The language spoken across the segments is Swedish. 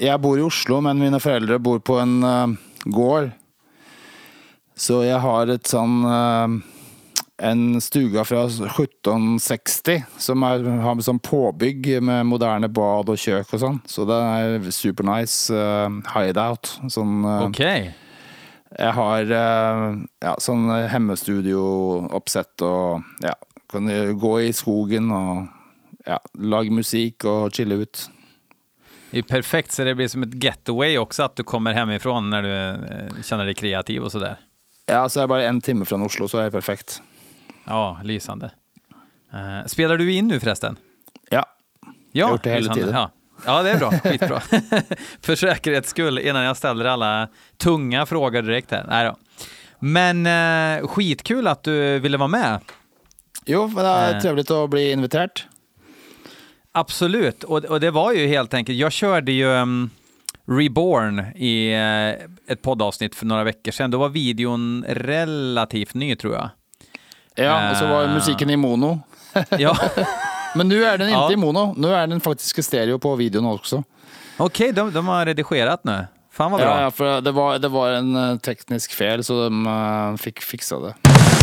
jag bor i Oslo, men mina föräldrar bor på en gård. Så jag har ett en stuga från 1760 som har som påbygg med moderna bad och kök och sånt. Så det är supernice hideout. Okej. Jag har sån hemmestudio-uppsätt och kan gå i skogen och laga musik och chilla ut. Det är perfekt, så det blir som ett getaway också att du kommer hemifrån när du känner dig kreativ och sådär. Ja, så är bara 1 timme från Oslo så är det perfekt. Ja, lysande. Spelar du in nu förresten? Ja, jag har gjort det hela lysande. tiden. Ja, det är bra. Skitbra. För säkerhets skull, innan jag ställer alla tunga frågor direkt här. Nej då. Men skitkul att du ville vara med. Jo, det är trevligt att bli inviterad. Absolut, och det var ju helt enkelt, jag körde ju Reborn i ett poddavsnitt för några veckor sedan. Då var videon relativt ny, tror jag. Ja, och så var musiken i mono. Ja. Men nu är den inte i mono. Nu är den faktiskt i stereo på videon också. Okej, de har redigerat nu. Fan vad bra. Ja, för det var en teknisk fel så de fick fixa det.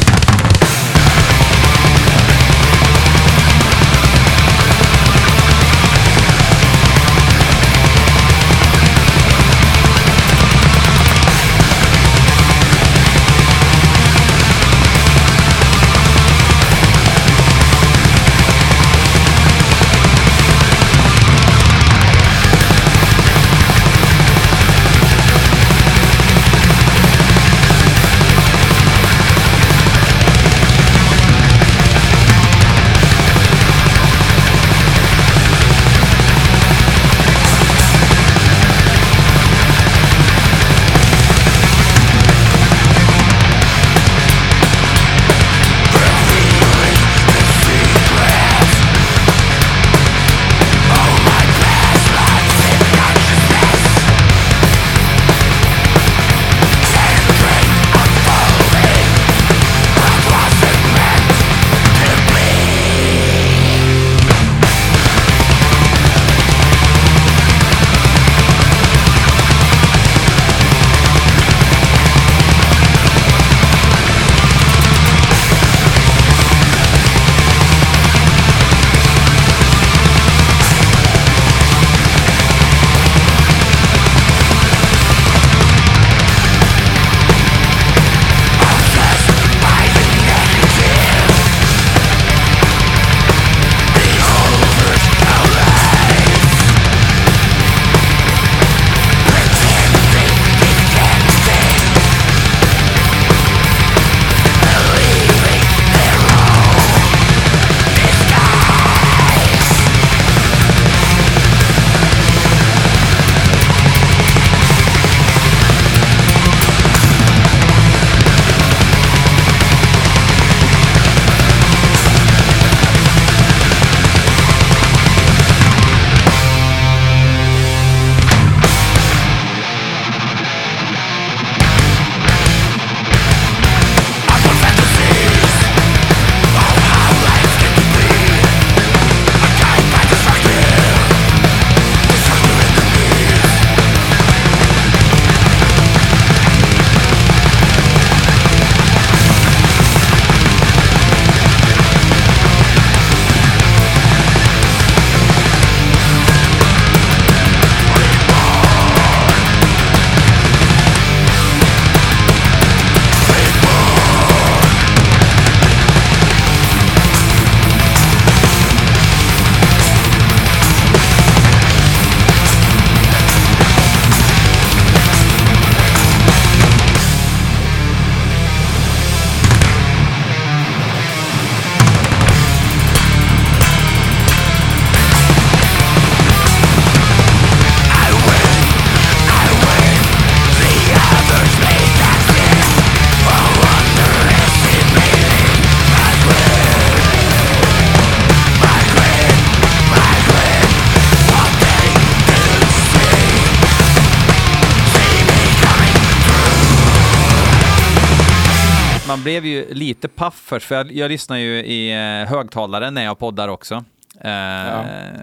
man blev ju lite paff först, för jag lyssnar ju i högtalare när jag poddar också.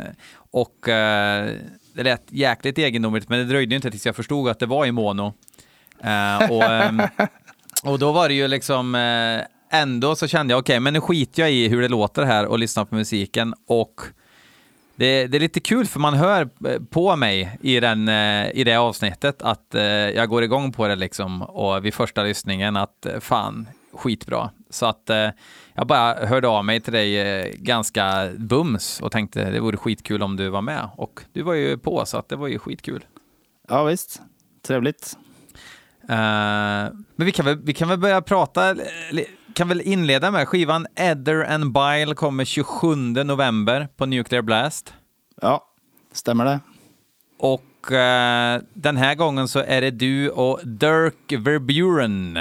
Och det lät jäkligt egendomligt, men det dröjde inte tills jag förstod att det var i mono. Och då var det ju liksom ändå så kände jag okej, men nu skiter jag i hur det låter här och lyssnar på musiken. Och det är lite kul för man hör på mig i det avsnittet att jag går igång på det liksom, och vid första lyssningen att fan, skitbra. Så att jag bara hörde av mig till dig ganska bums och tänkte det vore skitkul om du var med. Och du var ju på, så att det var ju skitkul. Ja visst, trevligt. Men vi kan väl börja prata, kan väl inleda med skivan Ether and Bile kommer 27 november på Nuclear Blast. Ja, stämmer det. Och den här gången så är det du och Dirk Verburen.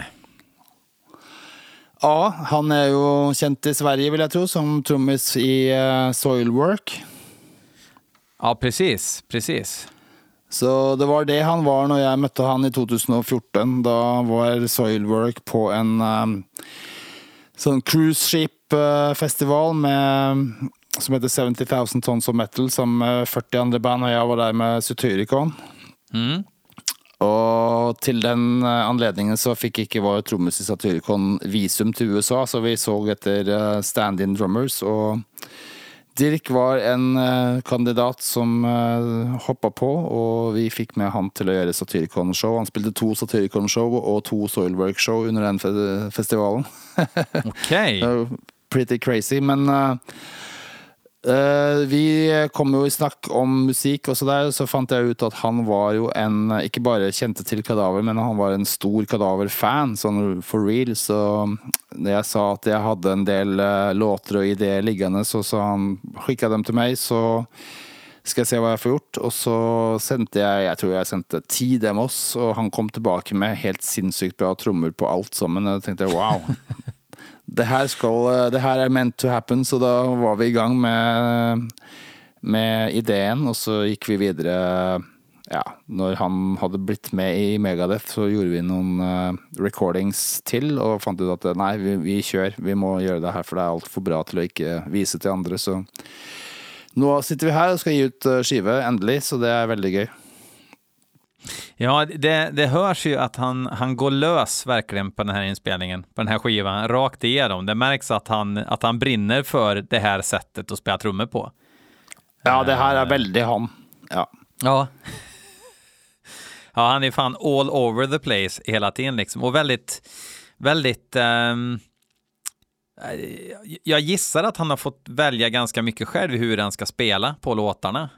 Ja, han är ju känd i Sverige vill jag tro som trummis i Soilwork. Ja, precis. Så det var det han var när jag mötte han i 2014. Då var Soilwork på en sån cruise ship festival som heter 70,000 Tons of Metal som 40 andra band, och jag var där med Satyricon. Och till den anledningen så fick inte vår trummis i Satyricon visum till USA, så vi såg efter stand-in drummers, och Dirk var en kandidat som hoppade på, och vi fick med han till att göra Satyricon-show. Han spelade 2 Satyricon-show och 2 Soilwork-show under den festivalen. Okej. Pretty crazy, men vi kom ju i snack om musik och sådär, så fann jag ut att han var ju inte bara kände till Kadaver, men han var en stor Kadaver-fan, sån for real. Så när jag sa att jag hade en del låtar och idéer liggande, så sa han, skicka dem till mig så ska jag se vad jag får gjort. Och så sände jag tror jag sände 10 demos, och han kom tillbaka med helt sinnssykt bra trummor på allt som, men jag tänkte wow. Det här är meant to happen, så då var vi igång med idén, och så gick vi vidare. Ja, när han hade blivit med i Megadeth så gjorde vi någon recordings till och fann ut att nej, vi kör, vi må göra det här för det är allt för bra till att inte visa till andra. Så nu sitter vi här och ska ge ut skiva äntligen, så det är väldigt kul. Ja, det hörs ju att han går lös verkligen på den här inspelningen, på den här skivan, rakt igenom. Det märks att han brinner för det här sättet att spela trummor på. Ja, det här är väldigt han. Ja. Ja, han är fan all over the place hela tiden liksom. Och väldigt jag gissar att han har fått välja ganska mycket själv hur han ska spela på låtarna.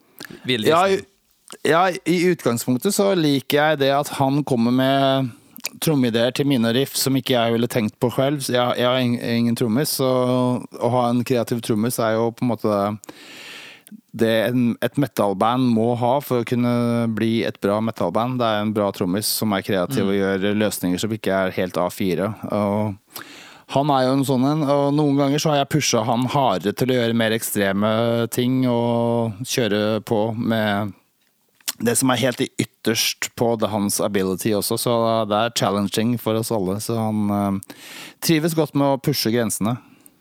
Ja, i utgangspunktet så liker jag det att han kommer med trumidéer till mina riff som inte jag ville tänkt på själv. Så jag är ingen trummis, så att ha en kreativ trummis är ju på något sätt det ett metalband må ha för att kunna bli ett bra metalband. Det är en bra trummis som är kreativ och gör lösningar som inte är helt A4. Och han är ju en sån, och någon gånger så har jag pushat han hårdare till att göra mer extrema ting och köra på med det som är helt i ytterst på det hans ability också, så det är challenging för oss alla, så han trivs gott med att pusha gränserna.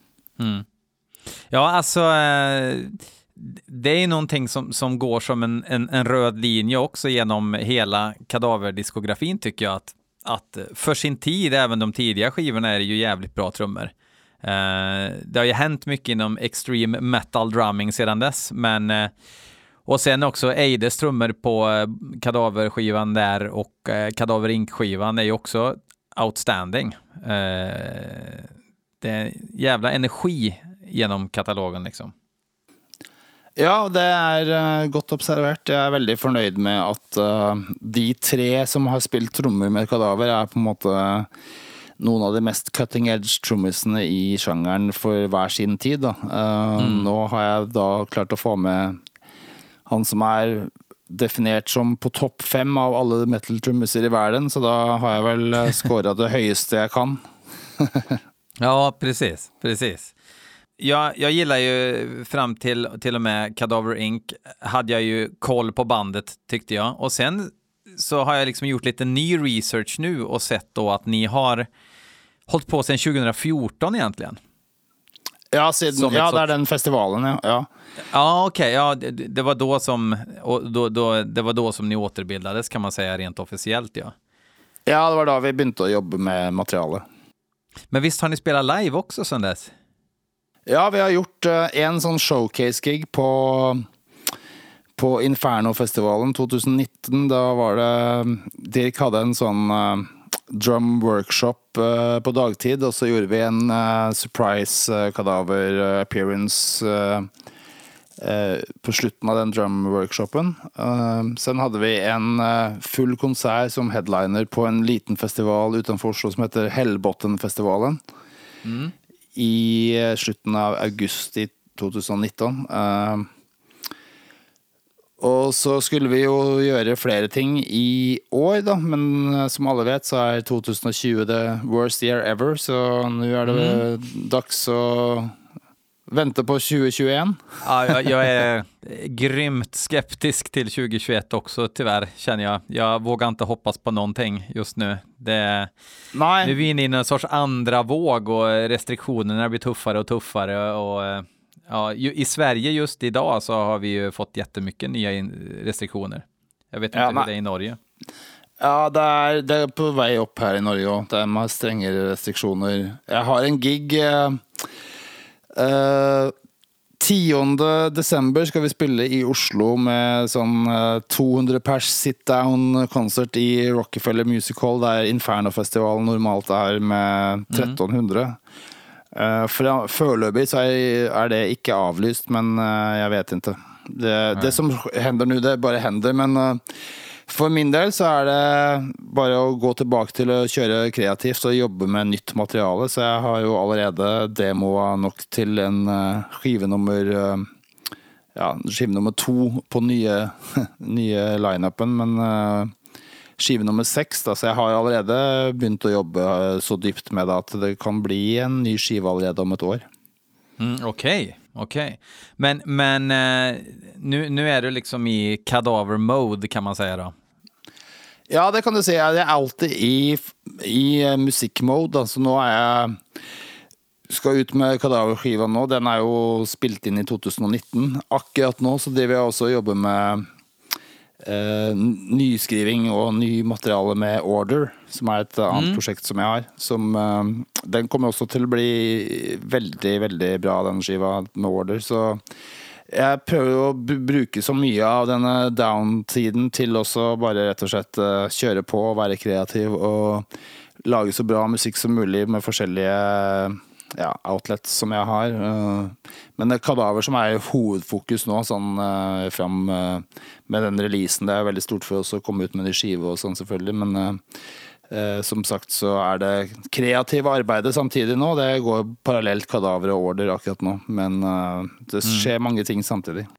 Ja, alltså det är någonting som går som en röd linje också genom hela Kadaver-diskografin, tycker jag, att för sin tid, även de tidiga skivorna, är det ju jävligt bra trummor. Det har ju hänt mycket inom extreme metal drumming sedan dess, men och sen också Eides trummor på Kadaver-skivan där och Kadaver Inc-skivan är ju också outstanding. Det är jävla energi genom katalogen liksom. Ja, det är gott observerat. Jag är väldigt förnöjd med att de 3 som har spelat trummor med Kadaver är på något någon av de mest cutting edge trummisarna i genren för var sin tid då. Nu har jag då klart att få med han som är definierat som på topp 5 av alla metal trummisar i världen, så då har jag väl skårat det högsta jag kan. Ja, precis. Jag gillar ju fram till och med Kadaver Inc. hade jag ju koll på bandet, tyckte jag. Och sen så har jag liksom gjort lite ny research nu och sett då att ni har hållit på sedan 2014 egentligen. Ja, Som ja ett det är den festivalen, ja. Ja, Ja, okej. Ja, det var då som det var då som ni återbildades, kan man säga rent officiellt, ja. Ja, det var då vi började att jobba med materialet. Men visst har ni spelat live också sedan dess? Ja, vi har gjort en sån showcase-gig på Inferno-festivalen 2019. Då var det Dirk hade en sån drum workshop på dagtid, och så gjorde vi en surprise kadaver appearance på slutten av den drum workshopen. Sen hade vi en full konsert som headliner på en liten festival utanför Oslo som heter Hellbottenfestivalen. I slutten av augusti 2019. Och så skulle vi ju göra flera ting i år då, men som alla vet så är 2020 the worst year ever, så nu är det dags att vänta på 2021. Ja, jag är grymt skeptisk till 2021 också, tyvärr, känner jag. Jag vågar inte hoppas på någonting just nu. Nej. Nu är vi inne i en sorts andra våg och restriktionerna blir tuffare och tuffare. Och ja, i Sverige just idag så har vi ju fått jättemycket nya restriktioner. Jag vet inte hur det är i Norge. Ja, det är på väg upp här i Norge också. Det är strängare restriktioner. Jag har en gig 10 december ska vi spela i Oslo med sån 200 pers sit-down konsert i Rockefeller Music Hall, där Inferno-festivalen normalt är med 1300. För förlöpigt så är det inte avlyst, men jag vet inte. Det som händer nu, det bara händer, men för min del så är det bara att gå tillbaka till att köra kreativt och jobba med nytt material. Så jag har ju allerede demoat nog till en skiva nummer 2 på nya line-upen, men skiva nummer 6 då, så jag har allerede börjat att jobba så djupt med det att det kan bli en ny skiva allerede om ett år. Okej. Men nu är du liksom i kadaver mode, kan man säga då? Ja, det kan du säga. Jag är alltid i musikmode. Alltså nu är jag ska ut med kadaverskivan nu. Den är ju spilt in i 2019. Akkurat nu så driver jag också och jobbar med nyskriving och ny material med Order, som är ett annat projekt som jag har, som den kommer också till att bli väldigt, väldigt bra, den skivan med Order, så jag prövar att bruka så mycket av den downtiden till också bara rätt och slett köra på och vara kreativ och laga så bra musik som möjligt med olika outlets som jag har. Men det är kadaver som är huvudfokus nu, sån fram med den releasen. Det är väldigt stort för oss att komma ut med en skiva och sånt selvfølgelig, men som sagt så är det kreativa arbetet samtidigt nu. Det går parallellt kadaver och Order akkurat nu, men det sker många ting samtidigt.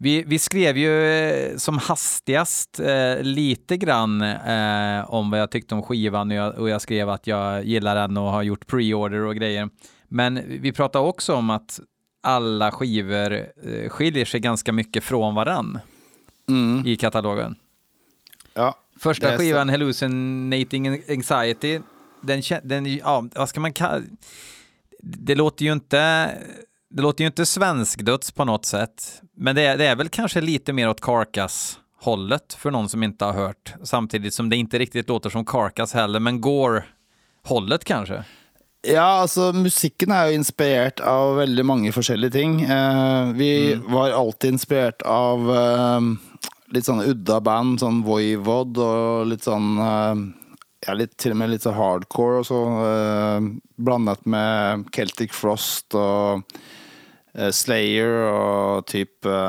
Vi skrev ju som hastigast lite grann om vad jag tyckte om skivan och jag skrev att jag gillar den och har gjort pre-order och grejer. Men vi pratade också om att alla skivor skiljer sig ganska mycket från varann i katalogen. Ja, första skivan, Hallucinating Anxiety, den vad ska man kalla... Det låter ju inte svenskdöds på något sätt. Men det är väl kanske lite mer åt Carcass-hållet för någon som inte har hört. Samtidigt som det inte riktigt låter som Carcass heller, men Gore-hållet kanske. Ja, alltså musikken är ju inspirerat av väldigt många olika ting. Vi var alltid inspirerat av lite sån udda band, sån Voivod och lite sån... till och med lite hardcore och så blandat med Celtic Frost och Slayer och typ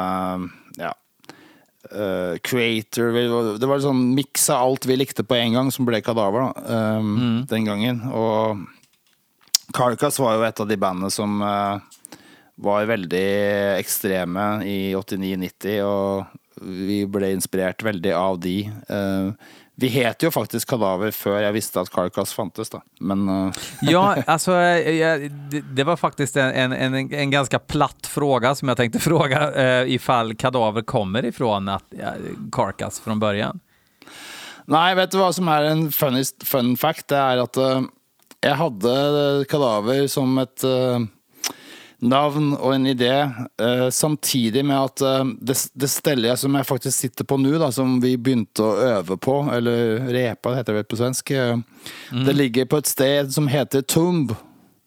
Creator. Det var sån mixa allt vi likte på en gång som blev Kadaver den gången. Och Carcass var ju ett av de banden som var väldigt extrema i 89-90 och vi blev inspirerat väldigt av de. Vi heter ju faktiskt Kadaver för jag visste att Carcass fanns då. Men ja, alltså det var faktiskt en ganska platt fråga som jag tänkte fråga ifall Kadaver kommer ifrån Carcass från början. Nej, vet du vad som är en fun fact? Det är att jag hade Kadaver som ett navn och en idé samtidigt med att det stället som jag faktiskt sitter på nu då, som vi började att öva på eller repa heter det på svensk. Det ligger på ett sted som heter Tomb.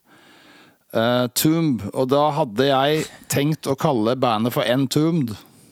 Tomb, och då hade jag tänkt att kalla bandet för Entombed.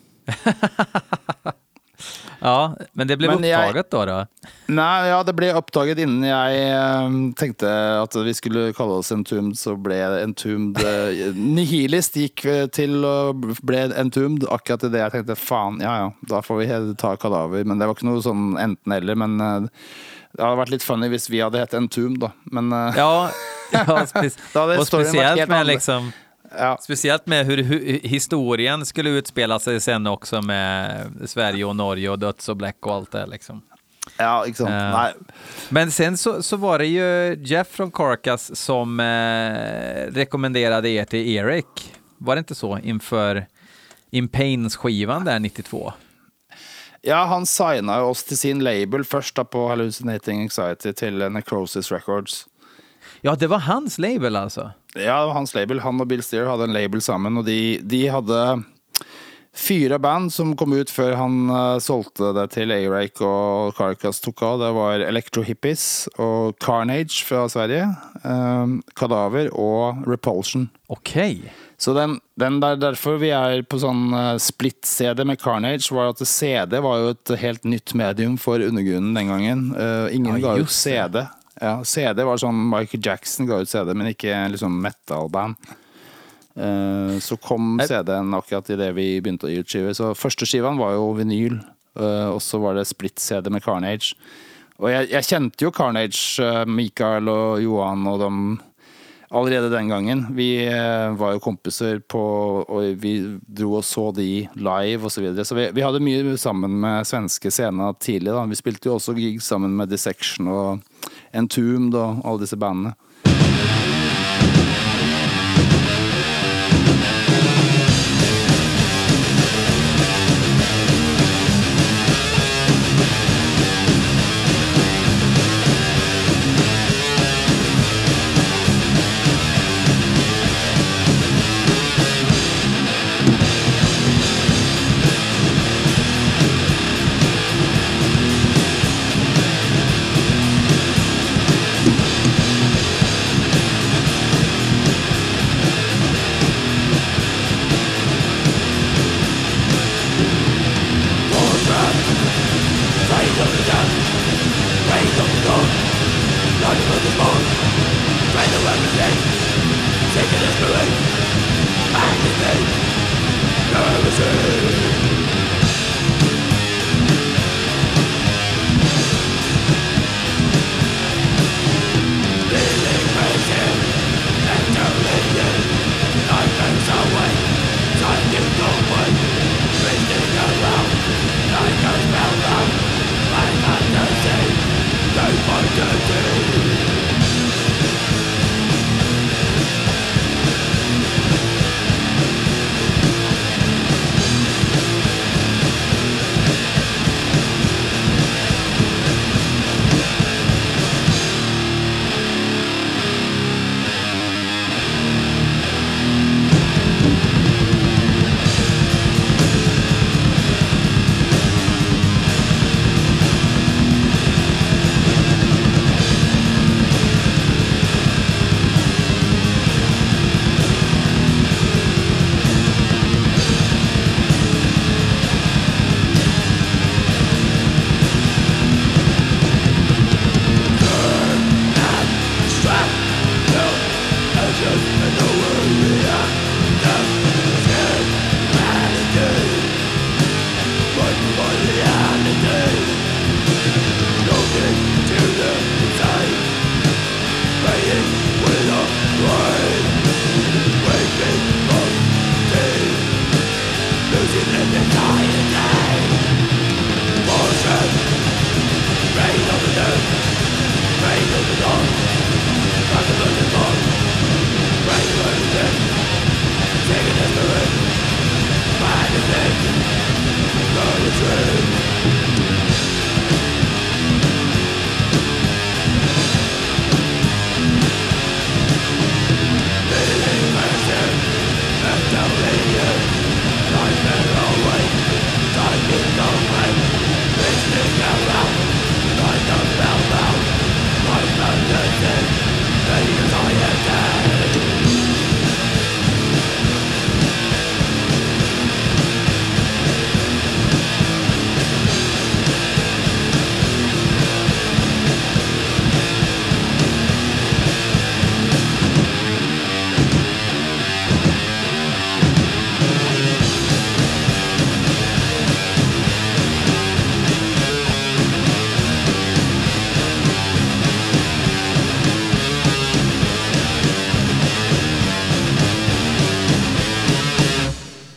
Ja, men det blev upptaget då? Nej, ja, det blev upptaget innan jag tänkte att vi skulle kalla oss Entombed, så blev Entombed Nihilist gick till och blev Entombed akkurat det jag tänkte, fan, ja, då får vi ta Kadaver, men det var inte något sån enten eller, men det hade varit lite funny hvis vi hade hett Entombed då, men ja, och speciellt med liksom ja. Speciellt med hur historien skulle utspela sig sen också med Sverige och Norge och döds och Black och allt det liksom. Ja, exakt. Nej. Men sen så var det ju Jeff från Carcass som rekommenderade er till Eric. Var det inte så inför In Pains skivan där 92? Ja, han signade oss till sin label första på Hallucinating Anxiety till Necrosis Records. Ja, det var hans label alltså? Ja, det var hans label. Han och Bill Steer hade en label sammen, och de hade 4 band som kom ut för han sålde det till A-Rake och Carcass tog av. Det var Electro Hippies och Carnage från Sverige, Kadaver och Repulsion. Okej. Så den därför vi är på sån split-CD med Carnage var att CD var ju ett helt nytt medium för undergrunden den gången. Ingen gav ut CD. Ja, CD var sånn Michael Jackson ga ut CD, men ikke liksom metal-band. Så kom CD-en akkurat i det vi begynte å gi ut skiver. Så første skivan var jo vinyl, og så var det split-CD med Carnage. Og jeg kjente jo Carnage, Mikael og Johan og dem allerede den gangen. Vi var jo kompiser på, og vi dro og så de live og så videre. Så vi hadde mye sammen med svenske scener tidlig da. Vi spilte jo også gig sammen med Dissection og Entombed og alle disse bandene.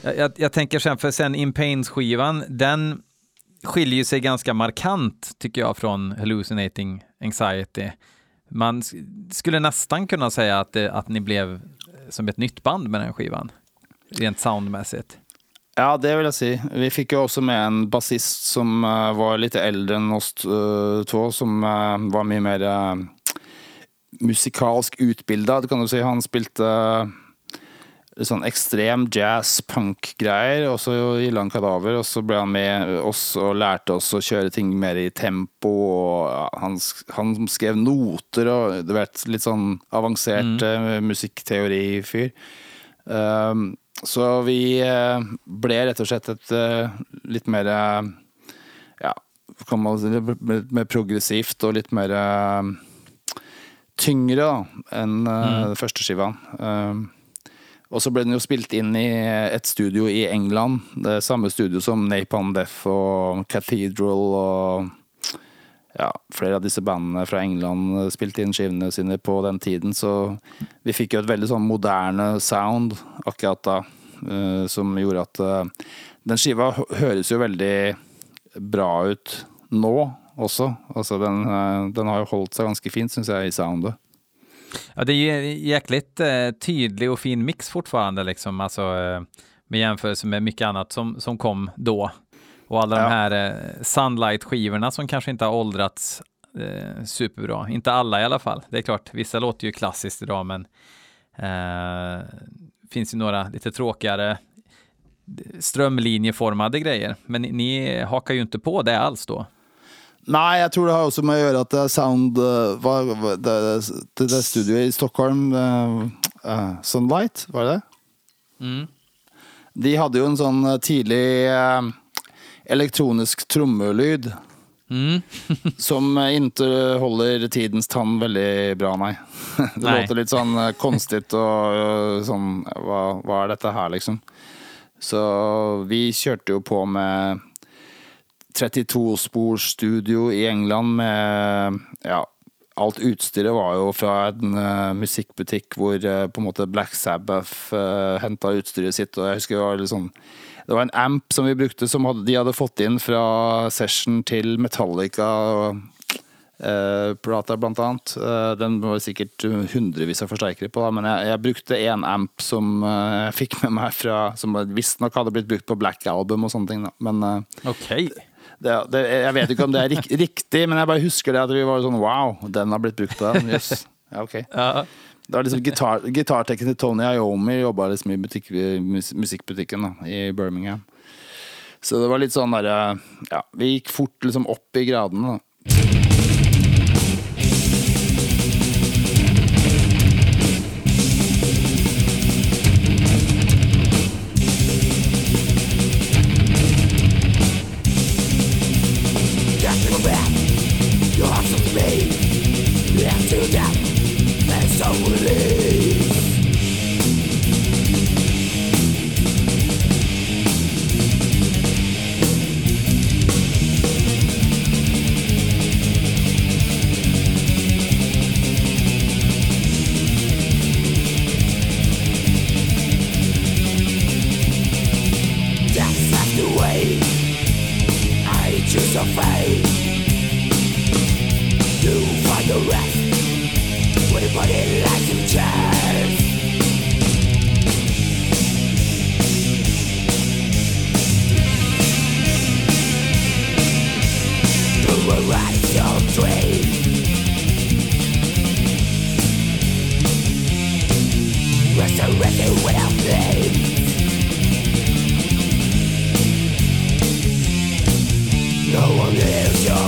Jag tänker sen In Pains-skivan, den skiljer sig ganska markant tycker jag från Hallucinating Anxiety. Man skulle nästan kunna säga att ni blev som ett nytt band med den skivan, rent soundmässigt. Ja, det vill jag säga. Vi fick ju också med en basist som var lite äldre än oss två, som var mycket mer musikalsk utbildad, kan du säga. Han spelade sån extrem jazz punk grejer, och så gillade han Kadaver, och så blev han med oss och lärde oss att köra ting mer i tempo, och han skrev noter, och det var lite sån avancerad musikteori-fyr. Så vi blev rätt och slett ett lite mer mer progressivt och lite mer tyngre då, än första skivan. Och så blev den ju spilt in i ett studio i England. Det är samma studio som Napalm Death och Cathedral och flera av dessa banden från England spilte in skivorna sina på den tiden. Så vi fick ju ett väldigt sån moderne sound akkurat då, som gjorde att den skiva hörs ju väldigt bra ut nu också. Alltså den har ju hållit sig ganska fint, syns jag, i soundet. Ja, det är ju jäkligt tydlig och fin mix fortfarande liksom, alltså med jämförelse med mycket annat som kom då. Och alla de här Sunlight-skivorna som kanske inte har åldrats superbra. Inte alla i alla fall. Det är klart, vissa låter ju klassiskt idag, men finns ju några lite tråkigare strömlinjeformade grejer. Men ni hakar ju inte på det alls då. Nej, jag tror det har också med att göra att det är sound det där studio i Stockholm, Sunlight, var det? De hade ju en sån tidig elektronisk trummelyd som inte håller tidens tand väldigt bra, nej. Det låter lite sån konstigt och sån, vad är detta här liksom? Så vi körde ju på med 32-spors studio i England med allt utstyret var ju från en musikbutik hvor på en måte Black Sabbath hämtade utstyret sitt, och jag husker det var liksom, det var en amp som vi brukte som de hade fått in från Session till Metallica plata bland annat. Den var säkert hundrevis av förstärkare på, men jag brukte en amp som jag fick med mig från, som visst nog hade blivit brukt på Black Album och sånt, men okej. Jag vet inte om det är riktigt, men jag bara husker det att vi var sån, wow, den har blivit brukt på den. Yes. Ja, okej. Det var liksom gitarrtekniker Tony Iommi jobbade liksom i musikbutiken då, i Birmingham. Så det var lite sån där, vi gick fort liksom upp i graderna då. No one gives you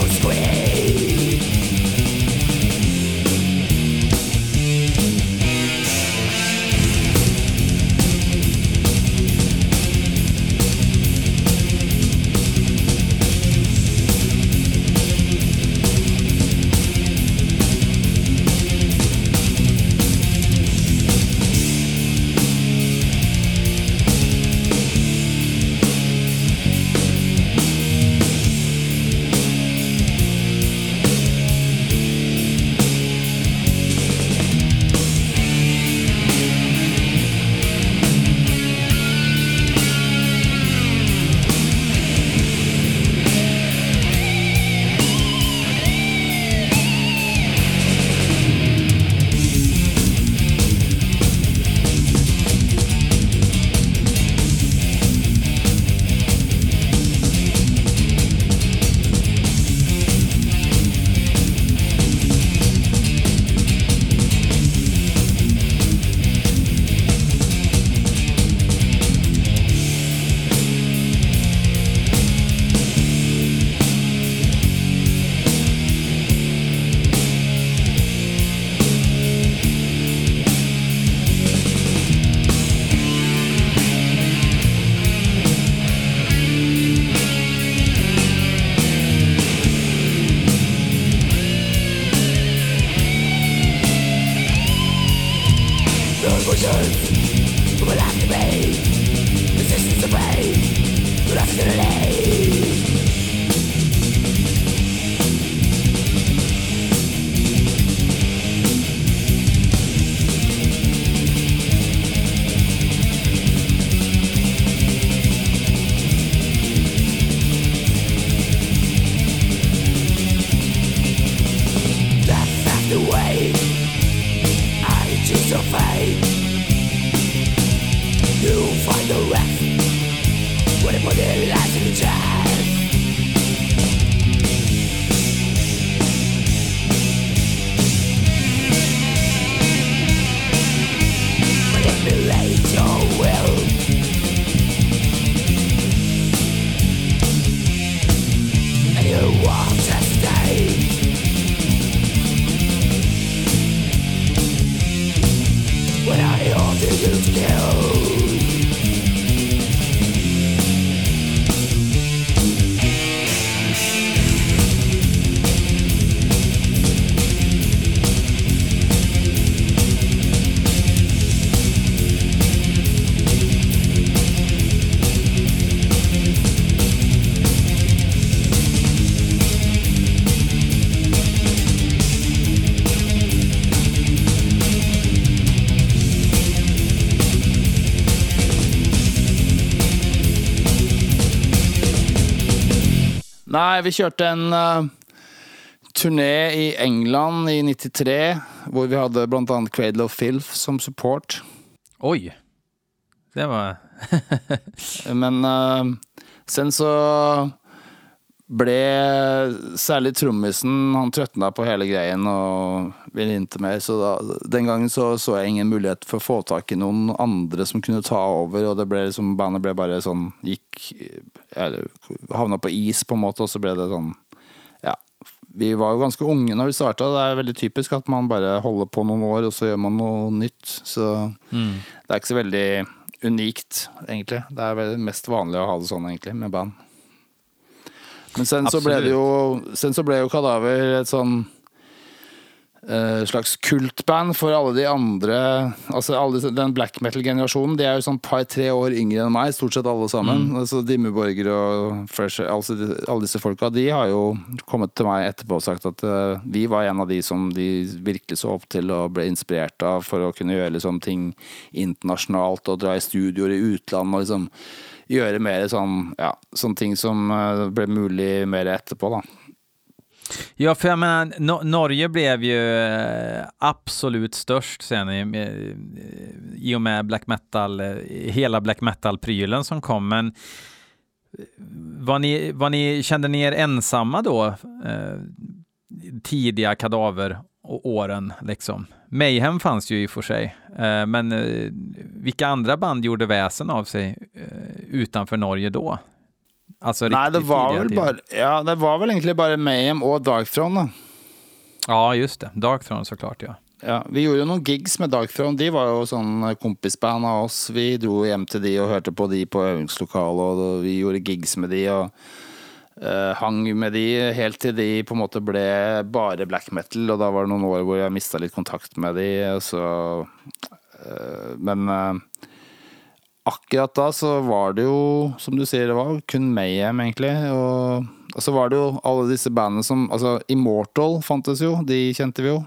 Nej, vi körde en turné i England i 93, hvor vi hade bland annat Cradle of Filth som support. Oj, det var... Men sen så blev särskilt trummisen, han tröttnade på hela grejen och ville inte mer, så den gången så jag ingen möjlighet för att få tag i någon andra som kunde ta över, och det blev liksom, bandet blev bara sån, gick havna på is på något, och så blev det sån, ja, vi var ju ganska unga när vi startade. Det är väldigt typiskt att man bara håller på några år och så gör man något nytt, så det är inte så väldigt unikt egentligen. Det är väl mest vanligt att ha det sån egentligen med band. Men sen så blev det ju, Kadaver ett sån slags kultband för alla de andra, alltså alla den black metal generationen, de är ju sån par 3 år yngre än mig, stort sett alla samman. Alltså Dimmeborger och Fresh, alltså alla dessa folka, de har ju kommit till mig efterpå och sagt att vi var en av de som de verkligen så upp till och blev inspirerade av för att kunna göra liksom ting internationellt och dra i studior i utlandet och liksom göra mer sån, ja, sån ting som blev möjligt mer efterpå då. Ja, för jag menar, Norge blev ju absolut störst sen i och med black metal, hela black metal-prylen som kom, men kände ni er ensamma då, tidiga Kadaver och åren liksom? Mayhem fanns ju i och för sig, men vilka andra band gjorde väsen av sig utanför Norge då? Alltså, nej, det var väl egentligen bara Mayhem och Darkthrone då. Ja, just det. Darkthrone såklart, ja. Ja, vi gjorde någon gigs med Darkthrone. De var ju sån kompisband av oss. Vi drog hem till de och hörde på de på övningslokal, och vi gjorde gigs med de och hang med de helt till de på måte blev bara black metal, och då var det några år hvor jag mistade lite kontakt med de, så men akkurat då så var det ju, som du säger, det var kun Mayhem egentligen, och så var det ju alla dessa banden som, alltså Immortal fanns ju, de kände vi ju.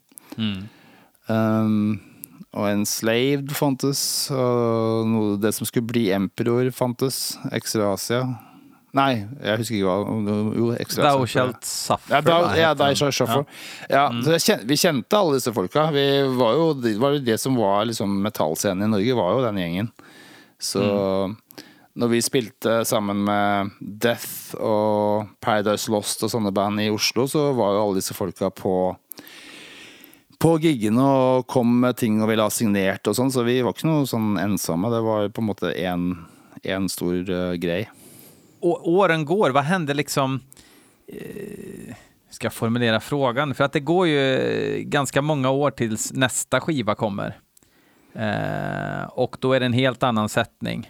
Och Enslaved fanns, och det som skulle bli Emperor fanns, Extrasia. Nej, jag husker inte vad Extrasia. Thou shalt suffer. Thou shalt suffer. Ja, så vi kände alla dessa folka. Vi var ju det som var liksom metallscenen i Norge, var ju den gängen. Så när vi spelade samman med Death och Paradise Lost och sådana band i Oslo, så var ju alla dessa folka på giggen och kom med ting och ville ha signerat och sånt, så vi var inte någon sån ensamma. Det var på något sätt en stor grej. Och åren går, vad hände liksom, ska jag formulera frågan, för att det går ju ganska många år tills nästa skiva kommer. Och då är det en helt annan sättning.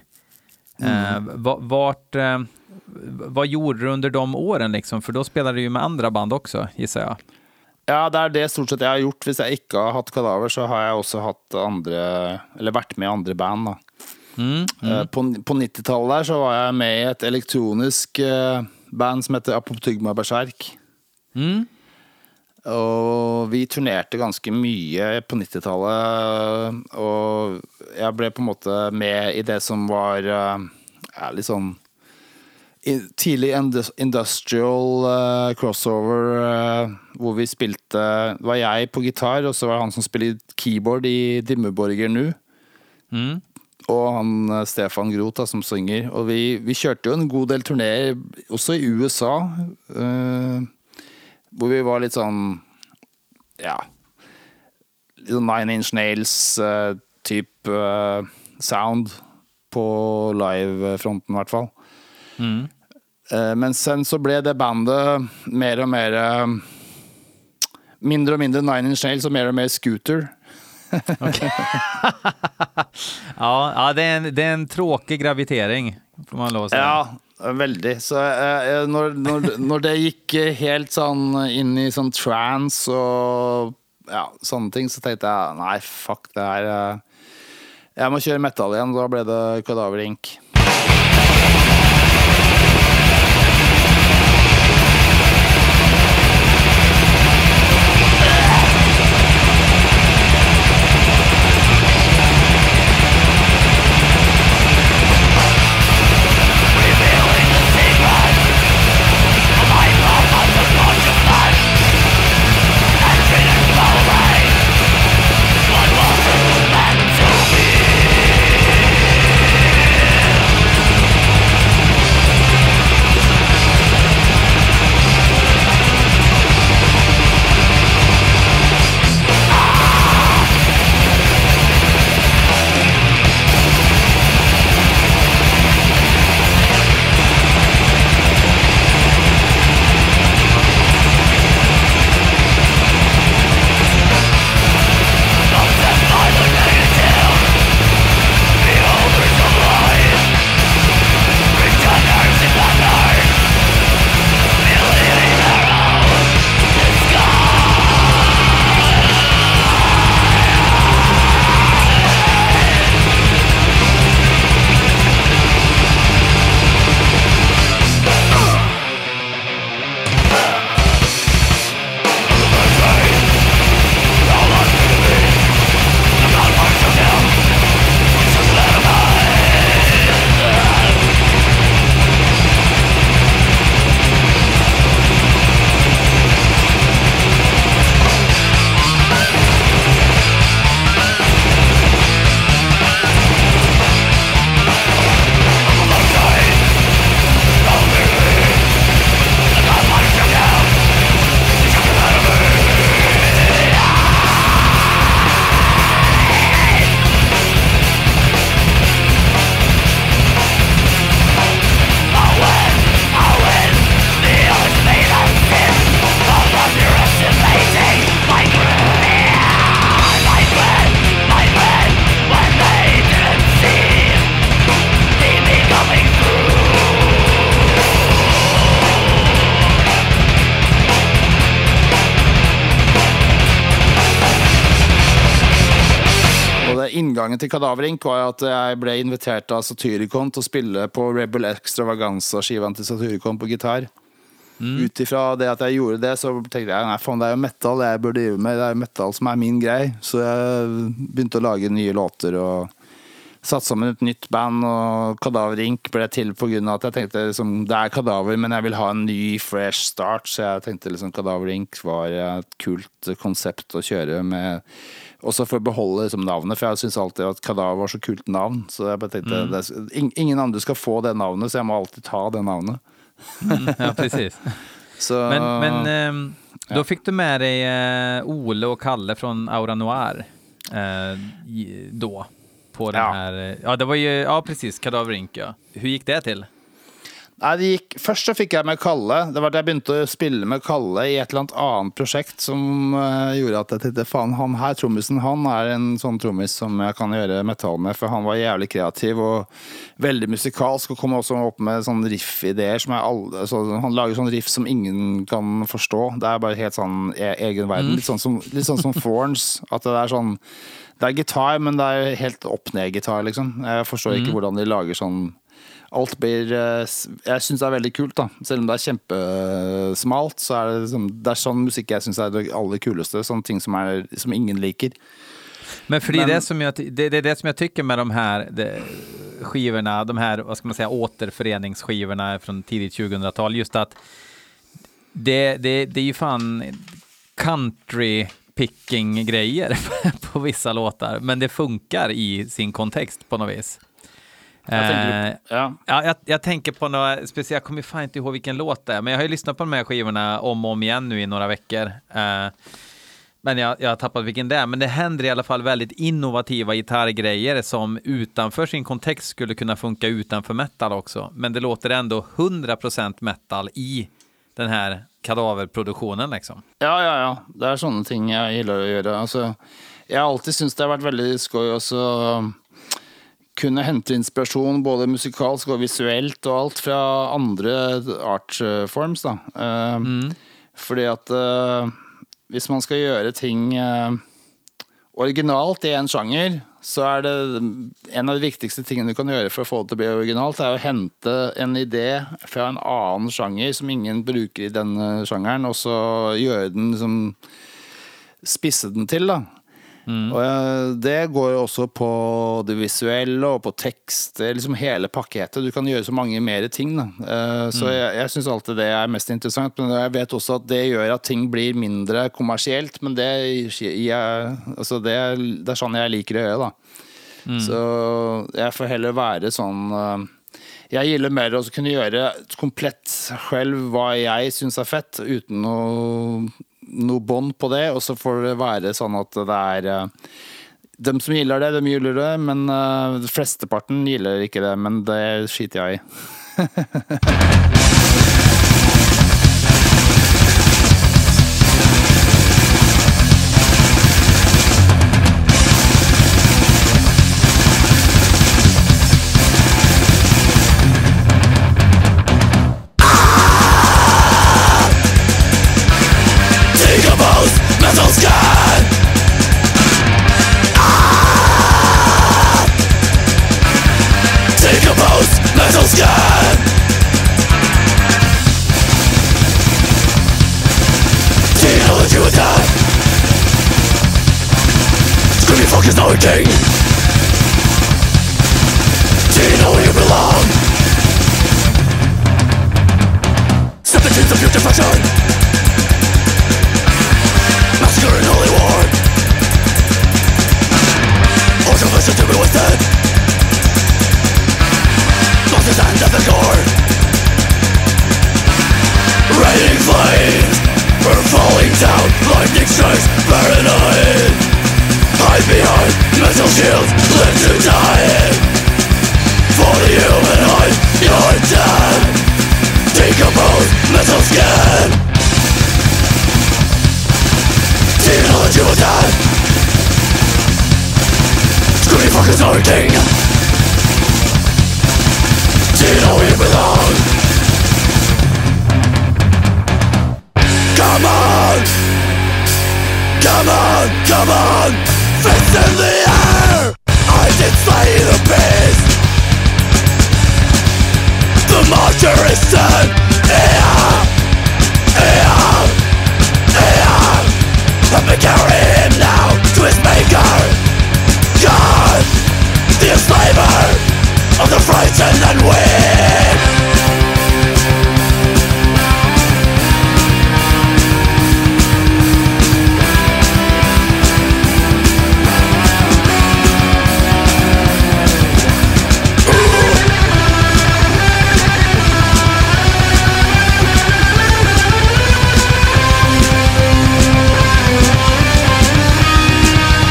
Vad gjorde du under de åren liksom? För då spelade du ju med andra band också, gissar jag. Ja, det det stort sett jeg har gjort. Hvis jeg ikke har hatt Kadaver, så har jeg også hatt andre, eller vært med i andre band da. På 90-tallet der så var jeg med i et elektronisk band som heter Apoptygma Berserk. Og vi turnerte ganske mye på 90-tallet, og jeg ble på en måte med i det som var litt sånn tidlig industrial crossover, hvor vi spilte, det var jeg på gitar, og så var det han som spiller keyboard i Dimmeborger nu, og han Stefan Groth da, som synger, og vi kjørte jo en god del turnéer, også i USA, hvor vi var litt sånn, litt sånn Nine Inch Nails type sound på live-fronten i hvert fall. Men sen så ble det bandet mer og mer mindre og mindre Nine Inch Nails og mer Scooter. Okay. ja, det är en tråkig gravitering får man lov å si. Ja, veldig. Så når det gikk helt sånn inn i sånn trance og sånne ting, så tenkte jeg, nei, fuck det her. Jeg må kjøre metal igjen, da ble det Kadaver Inc. Inngangen til Kadaver Inc. var at jeg ble invitert av Satyricon til å spille på Rebel Extravaganza skiven til Satyricon på gitar. Utifra det at jeg gjorde det, så tenkte jeg, nei faen, det jo metal jeg bør drive med, det jo metal som min grei. Så jeg begynte å lage nye låter og satt sammen et nytt band, og Kadaver Inc. ble til på grunn av at jeg tenkte liksom, det Kadaver, men jeg vil ha en ny fresh start, så jeg tenkte liksom Kadaver Inc. var et kult konsept å kjøre med, også for å beholde liksom, navnet, for jeg synes alltid at Kadaver var så kult navn, så jeg bare tenkte ingen andre skal få det navnet, så jeg må alltid ta det navnet. Ja, precis. Så, men då fick du med dig Ole och Kalle från Aura Noir då på den här, ja det var ju, ja precis, Kadaver Inc. Ja. Hur gick det till? Nei, først så fikk jeg med Kalle. Det var da jeg begynte å spille med Kalle i et eller annet prosjekt som gjorde at jeg tenkte, faen, han her trommisen, han en sånn trommis som jeg kan gjøre metal med, for han var jævlig kreativ og veldig musikalsk, og kom også opp med sånne riff-ideer som han lager sånne riff som ingen kan forstå. Det bare helt sånn egen verden, litt sånn som Thorns, at det sånn, det gitar, men det helt opp-ned-gitar, liksom. Jeg forstår ikke hvordan de lager sånn. Alt blir, jeg synes det veldig kult da. Selv om det kjempesmalt, så det sånn musikk jeg synes det aller kuleste. Sånne ting som ingen liker. Men för det är det som jag tycker med de här skivorna, de här, vad ska man säga, återföreningsskivorna från tidigt 2000-tal, just att det är ju fan country picking grejer på vissa låtar, men det funkar i sin kontext på något vis. Jag tänker på några speciellt, jag kommer fan inte ihåg vilken låt det är, men jag har ju lyssnat på de här skivorna om och om igen nu i några veckor. Men jag har tappat vilken det är, men det händer i alla fall väldigt innovativa gitarrgrejer som utanför sin kontext skulle kunna funka utanför metal också, men det låter ändå 100% metal i den här kadaverproduktionen liksom. Ja. Det sånne ting jeg gillar å gjøre. Altså, jeg har alltid syntes det har vært veldig skoj også kunne hente inspirasjon både musikalsk og visuelt og alt fra andre artforms da. Fordi at hvis man skal gjøre ting originalt i en sjanger, så det en av de viktigste tingene du kan gjøre for å få det til å bli originalt, å hente en idé fra en annen sjanger som ingen bruker i denne sjangeren, og så gjøre den som spisse den til da. Og det går også på det visuelle og på tekst, liksom hele pakketet. Du kan gjøre så mange mer ting da. Så jeg synes alltid det mest interessant, men jeg vet også at det gjør at ting blir mindre kommersielt, men det sånn jeg liker å gjøre da. Så jeg får heller være sånn, jeg gillar mer å kunne gjøre komplett selv hva jeg synes fett, uten noe bånd på det, og så får det være sånn at det dem som gillar det, de gillar det, men flesteparten gillar ikke det, men det skiter jeg i. Metal scan. Take a pose, metal scan. Do you know that you attack? Screaming fuck is not a king. Do you know where you belong? Step into the future fashion. Massacre in holy war. Horse of vision to be wasted. Monsters and death and gore. Raining flames. We're falling down. Lightning strikes. Paranoid. Hide behind metal shields. Live to die. For the humanoid, you're dead. Decompose metal skin. Do you know that you are dead? Screaming fuckers are a king. Do you know where you belong? Come on! Come on, come on! Fists in the air! I did slay the beast! The martyr is dead! Let me carry him now to his maker. God, the enslaver of the frightened and weak.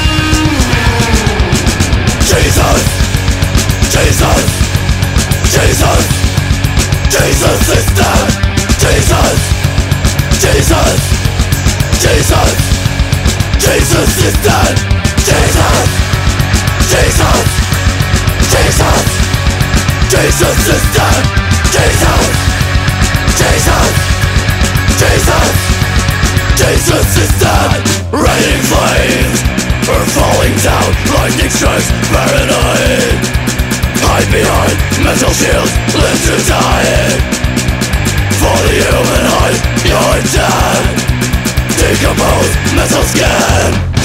Jesus, Jesus is dead. Jesus. Jesus. Jesus. Jesus is dead. Jesus. Jesus. Jesus. Jesus is dead. Jesus. Jesus. Jesus. Jesus is dead. Raining flames are falling down. Lightning strikes paranoid. Hide behind metal shields. Live to die. For the human eye, you're dead. Decompose metal skin.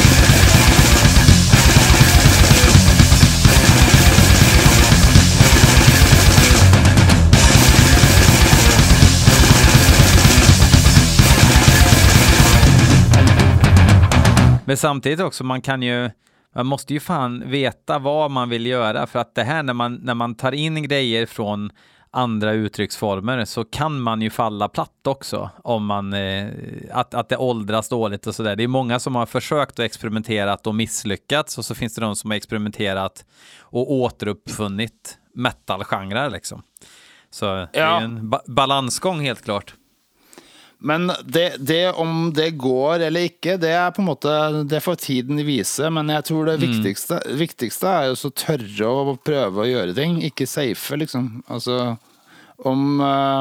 Men samtidigt också, man måste ju fan veta vad man vill göra, för att det här när man tar in grejer från andra uttrycksformer så kan man ju falla platt också om man att det åldras dåligt och sådär. Det är många som har försökt och experimenterat och misslyckats, och så finns det de som har experimenterat och återuppfunnit metal-genrer liksom. Så det är en balansgång helt klart. Men det om det går eller ikke, det er på en måte, det får tiden vise, men jeg tror det viktigste er jo så tørre å prøve å gjøre ting, ikke safe liksom. Altså, om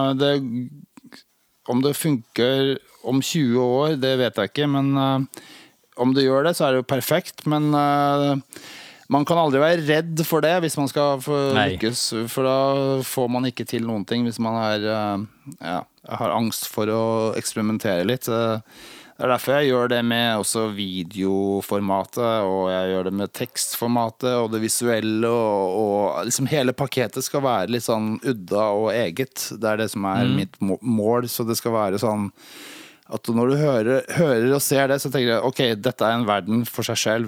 det funker om 20 år, det vet jeg ikke, men om det gjør det så er det jo perfekt, men man kan aldri være redd for det hvis man skal lykkes, for da får man ikke til noen ting hvis man har angst for å eksperimentere litt. Det er derfor jeg gjør det med også videoformatet, og jeg gjør det med tekstformatet og det visuelle, og liksom hele pakketet skal være litt sånn udda og eget. Det er det som er mitt mål, så det skal være sånn at når du hører og ser det, så tenker jeg, ok, dette er en verden for seg selv.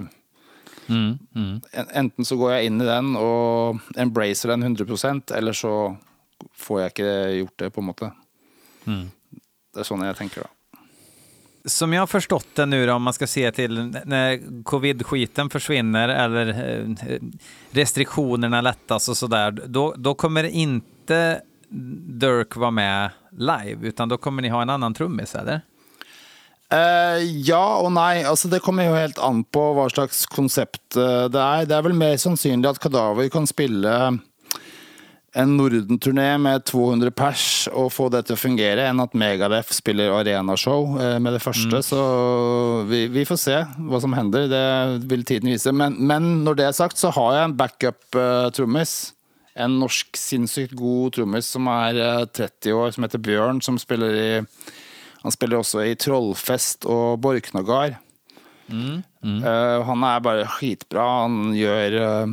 Enten så går jeg inn i den og embracer den 100%, eller så får jeg ikke gjort det på en måte. Det är sån jag tänker då. Som jag har förstått det nu då, om man ska se till när covid-skiten försvinner eller restriktionerna lättas och sådär, då kommer inte Dirk vara med live, utan då kommer ni ha en annan trummis, eller? Ja och nej, alltså det kommer ju helt an på vad slags koncept det är. Det är väl mer sannsynligt att Kadaver kan spela en Norden-turné med 200 pers och få det till att fungera än att Megadeth spelar arena-show med det första. Så vi får se vad som händer, det vill tiden visa. Men när det är sagt så har jag en backup-trummis. En norsk sinnssykt god trummis som är 30 år, som heter Björn, som han spelar också i Trollfest och Borknagar. Han är bara skitbra, han gör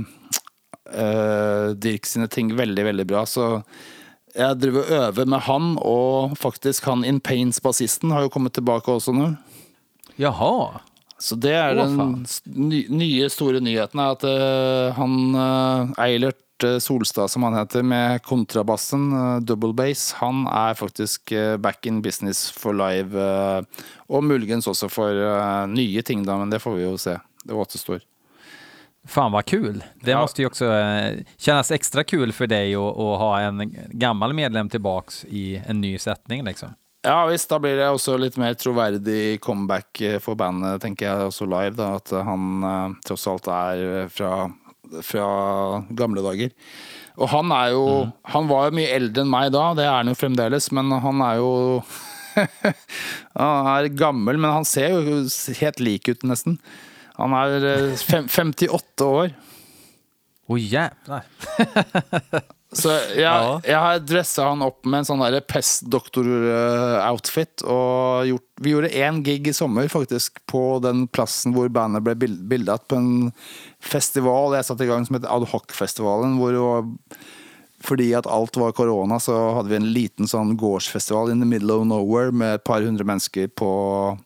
Dirk sine ting väldigt, väldigt bra, så jag driver och över med han, och faktiskt han In Pains bassisten har ju kommit tillbaka också nu. Jaha. Så det är den nya stora nyheten, att han Eilert Solstad som han heter med kontrabassen double bass, han är faktiskt back in business for live, och möjligen också för nya ting då, men det får vi ju se, det återstår. Fan vad kul. Det måste ju också kännas extra kul för dig att ha en gammal medlem tillbaks i en ny sättning liksom. Ja visst, då blir det också lite mer trovärdig comeback för bandet, tänker jag, också live då, att han trots allt är från gamla dagar. Och han är ju han var ju mycket äldre än mig då, det är han ju framdeles, men han är ju han är gammal, men han ser ju helt lik ut nästan. Han är 58 år. Jävlar. Så jag har dressat han upp med en sån där pestdoktor-outfit, och vi gjorde en gig i sommar faktiskt på den platsen hvor bandet blev bildat, på en festival jag satte igång som heter Ad Hoc-festivalen, hvor det var, fordi att allt var corona, så hade vi en liten sån gårdsfestival in the middle of nowhere med ett par hundra människor på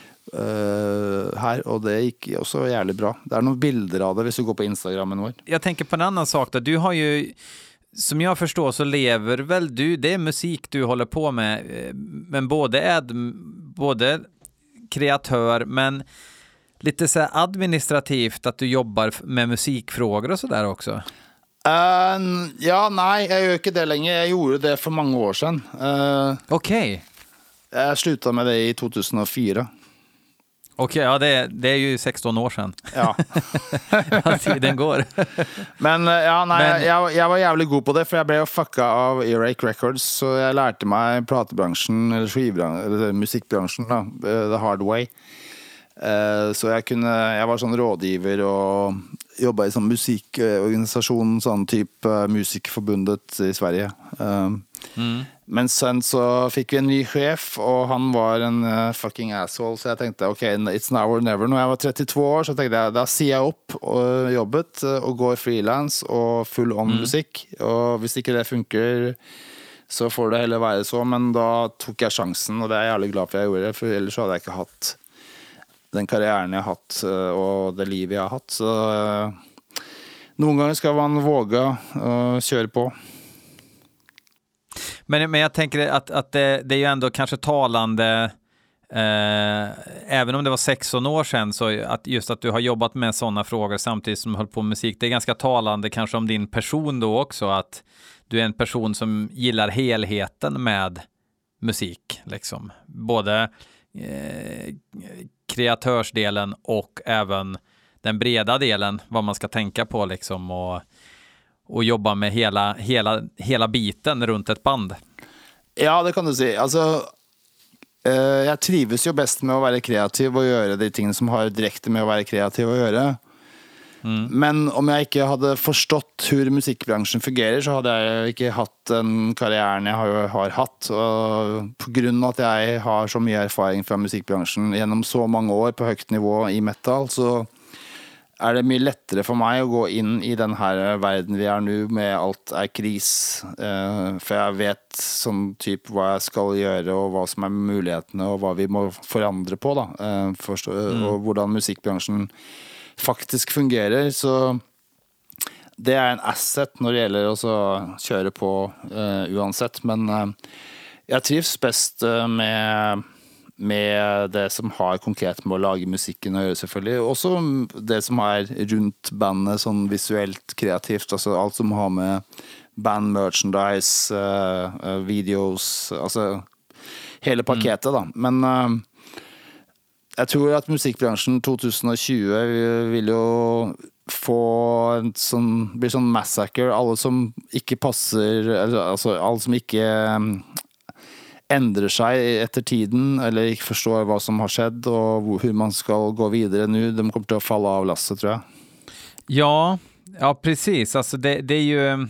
här, och det gick också jävligt bra. Det är några bilder av det hvis du går på Instagramen vår. Jag tänker på en annan sak då. Du har ju, som jag förstår så lever väl du, det är musik du håller på med, men både kreatör, men lite så här administrativt, att du jobbar med musikfrågor och så där också. Ja, nei, jeg gjør ikke det lenger. Jeg gjorde det for mange år siden. Okej. Jeg sluttet med det i 2004. Okej, ja det är ju 16 år sedan. Ja. Ja, tiden går. Men ja, nei, jeg var jævlig god på det, for jeg ble jo fucka av Earache Records, så jeg lærte meg platebransjen, eller musikkbransjen da, the hard way. Så jeg var sånn rådgiver og jobbet i sånn musikkorganisasjon, sånn type Musikerforbundet i Sverige. Men sen så fikk vi en ny sjef, og han var en fucking asshole, så jeg tenkte, ok, it's now or never. Når jeg var 32 år, så tenkte jeg, da sier jeg opp og jobbet, og går freelance og full on musikk, og hvis ikke det funker, så får det heller være så, men da tok jeg sjansen, og det er jeg jævlig glad for jeg gjorde, for ellers hadde jeg ikke hatt den karrieren jeg har hatt, og det livet jeg har hatt, så noen ganger skal man våge å kjøre på. Men jag tänker att det är ju ändå kanske talande, även om det var 16 år sedan, så att just att du har jobbat med sådana frågor samtidigt som du håller på med musik, det är ganska talande kanske om din person då också, att du är en person som gillar helheten med musik, liksom. Både kreatörsdelen och även den breda delen, vad man ska tänka på liksom, och jobba med hela biten runt ett band. Ja, det kan du si. Altså, jeg trives jo best med å være kreativ og gjøre de tingene som har direkte med å være kreativ å gjøre. Men om jeg ikke hadde forstått hvor musikkbransjen fungerer, så hadde jeg ikke hatt den karrieren jeg har hatt. Og på grunn av at jeg har så mye erfaring fra musikkbransjen gjennom så mange år på høyt nivå i metal, så er det mye lettere for meg å gå inn i den her verden vi er nå, med alt er kris. For jeg vet sånn typ hva jeg skal gjøre, og hva som er mulighetene, og hva vi må forandre på, da. Og hvordan musikkbransjen faktisk fungerer. Så det er en asset når det gjelder å kjøre på uansett. Men jeg trives best med det som har konkret med å lage musikken å gjøre, selvfølgelig. Også det som er rundt bandet, sånn visuelt, kreativt, altså alt som har med band merchandise, videos, altså hele pakketet da. Men jeg tror at musikkbransjen 2020 vil jo bli sånn massacre. Alle som ikke passer, altså alle som ikke ändrar sig efter tiden eller inte förstår vad som har skett och hur man ska gå vidare nu, de kommer att falla av lasset, tror jag. Ja, precis. Alltså det är ju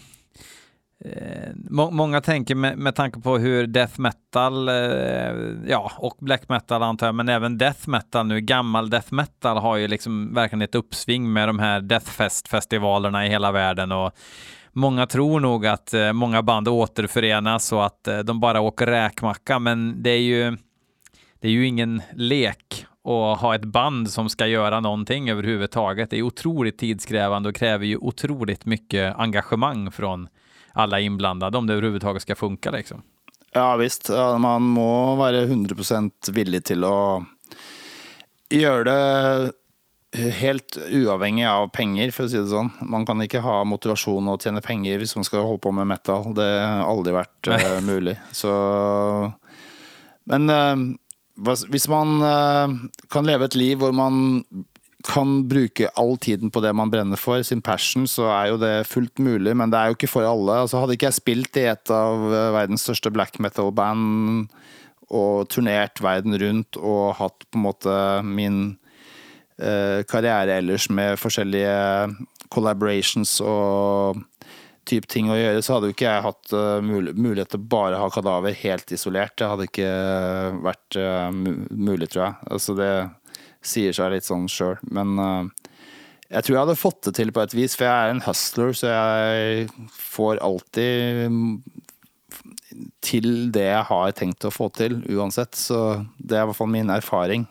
många tänker med tanke på hur death metal och black metal antar jag, men även death metal nu, gammal death metal har ju liksom verkligen ett uppsving med de här deathfest-festivalerna i hela världen, och många tror nog att många band återförenas och att de bara åker räkmacka, men det är ju ingen lek att ha ett band som ska göra någonting överhuvudtaget. Det är otroligt tidskrävande och kräver ju otroligt mycket engagemang från alla inblandade om det överhuvudtaget ska funka liksom. Ja visst, man må vara 100% villig till att göra det helt uavhengig av penger, för att säga det sånn. Man kan inte ha motivation att tjäna pengar hvis man ska hålla på med metal. Det har aldrig varit mulig. Så men hvis man kan leva ett liv hvor man kan bruke all tiden på det man brenner for, sin passion, så är ju det fullt mulig, men det är ju inte för alla. Alltså hade inte jag spilt i ett av världens största black metal band och turnerat världen runt och haft på en måte min karriere ellers med forskjellige collaborations og typ ting å gjøre, så hadde jo ikke jeg hatt mulighet til bare ha Kadaver helt isolert. Det hadde ikke vært mulig, tror jeg. Altså det sier seg litt sånn selv. Men jeg tror jeg hadde fått det til på et vis, for jeg er en hustler, så jeg får alltid til det jeg har tenkt å få til, uansett. Så det er i hvert fall min erfaring.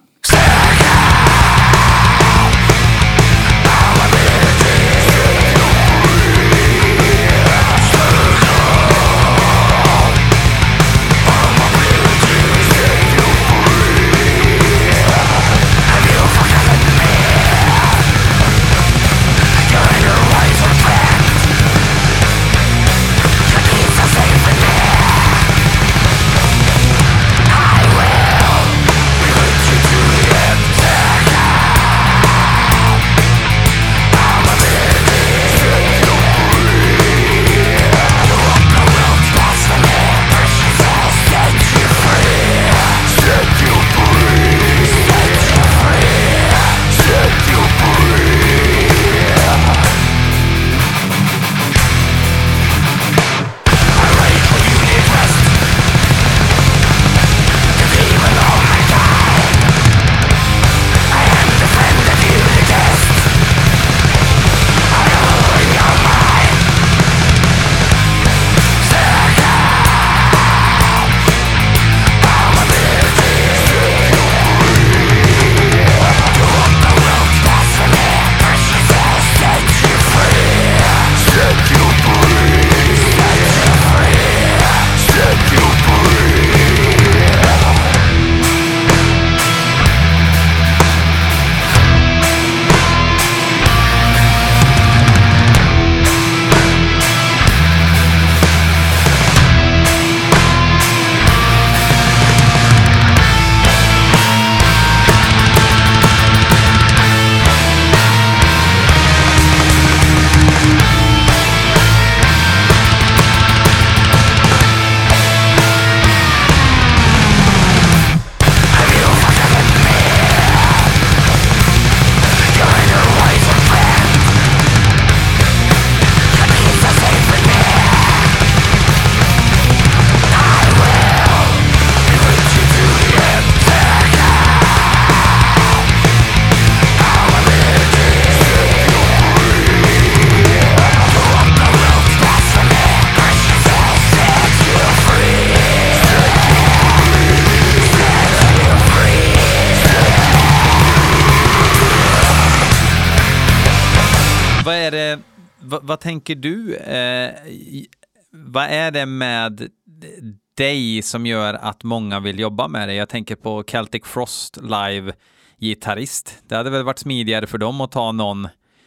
vad tänker du? Vad är det med dig som gör att många vill jobba med det? Jag tänker på Celtic Frost live-gitarrist. Det hade väl varit smidigare för dem att ta någon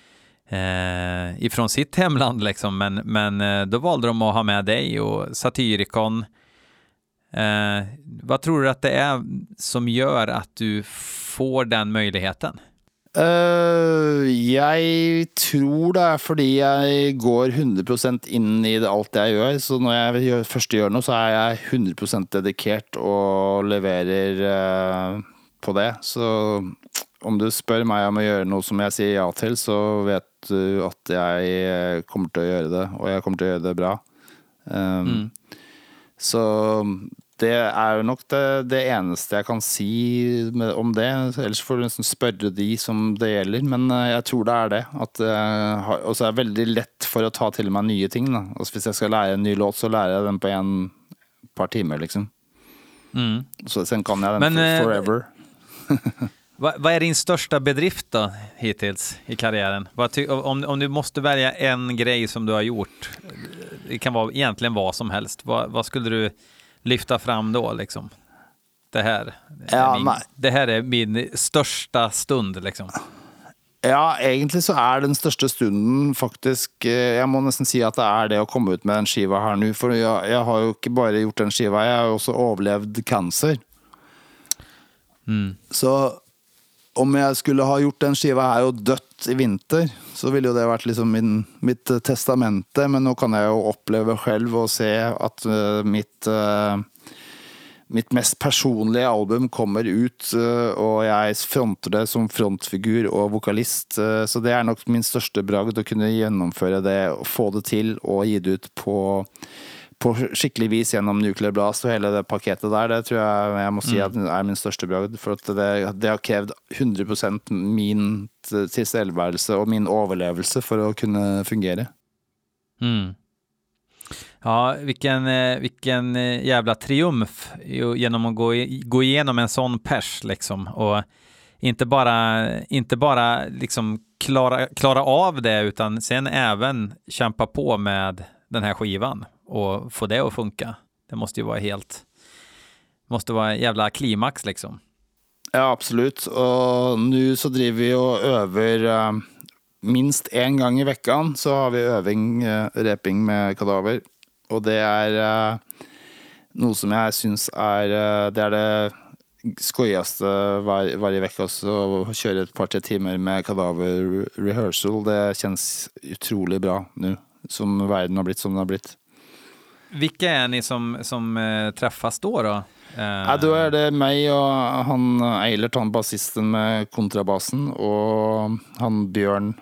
ifrån sitt hemland liksom, men då valde de att ha med dig och Satyricon. Vad tror du att det är som gör att du får den möjligheten? Jeg tror det er fordi jeg går 100% inn i det, alt jeg gjør. Så når jeg først gjør noe, så er jeg 100% dedikert og leverer på det. Så om du spør meg om å gjøre noe som jeg sier ja til, så vet du at jeg kommer til å gjøre det, og jeg kommer til å gjøre det bra. Så det er jo nok det eneste jeg kan si om det. Ellers får du nesten spørre de som det gjelder. Men jeg tror det er det. Og så er det veldig lett for å ta til meg nye ting. Da. Altså, hvis jeg skal lære en ny låt, så lærer jeg den på par timer, liksom. Så sen kan jeg den forever. Vad är din största bedrift då hittills i karriären? Om du måste välja en grej som du har gjort, det kan vara egentligen vad som helst. Vad skulle du lyfta fram då liksom? Det här är min största stund liksom. Ja, egentlig så er den største stunden faktisk, jeg må nesten si at det er det å komme ut med den skiva her nå, for jeg har jo ikke bare gjort den skiva, jeg har jo også overlevd cancer. Så om jeg skulle ha gjort den skiva her og dødt i vinter, så ville jo det vært liksom mitt testamente, men nå kan jeg jo oppleve selv og se at mitt mest personlige album kommer ut, og jeg fronter det som frontfigur og vokalist, så det er nok min største bragd å kunne gjennomføre det, og få det til og gi det ut på skikkelig vis gjennom Nuclear Blast og hele det pakketet der. Det tror jeg må si at det er min største bragd, for at det har krevd 100% min tilstedeværelse og min overlevelse for å kunne fungere. Ja, vilken jävla triumf genom att gå igenom en sån pers liksom, och inte bara liksom klara av det, utan sen även kämpa på med den här skivan och få det att funka. Det måste ju vara en jävla klimax liksom. Ja, absolut. Och nu så driver vi och över minst en gång i veckan, så har vi reping med Kadaver. Och det är något som jag syns är det skojigaste varje vecka, så köra ett par 3 timmar med Kadaver rehearsal. Det känns otroligt bra nu som världen har blivit som den har blivit. Vilka är ni som träffas då? Ja, då är det mig och han Eilert, han basisten med kontrabassen, och han Björn,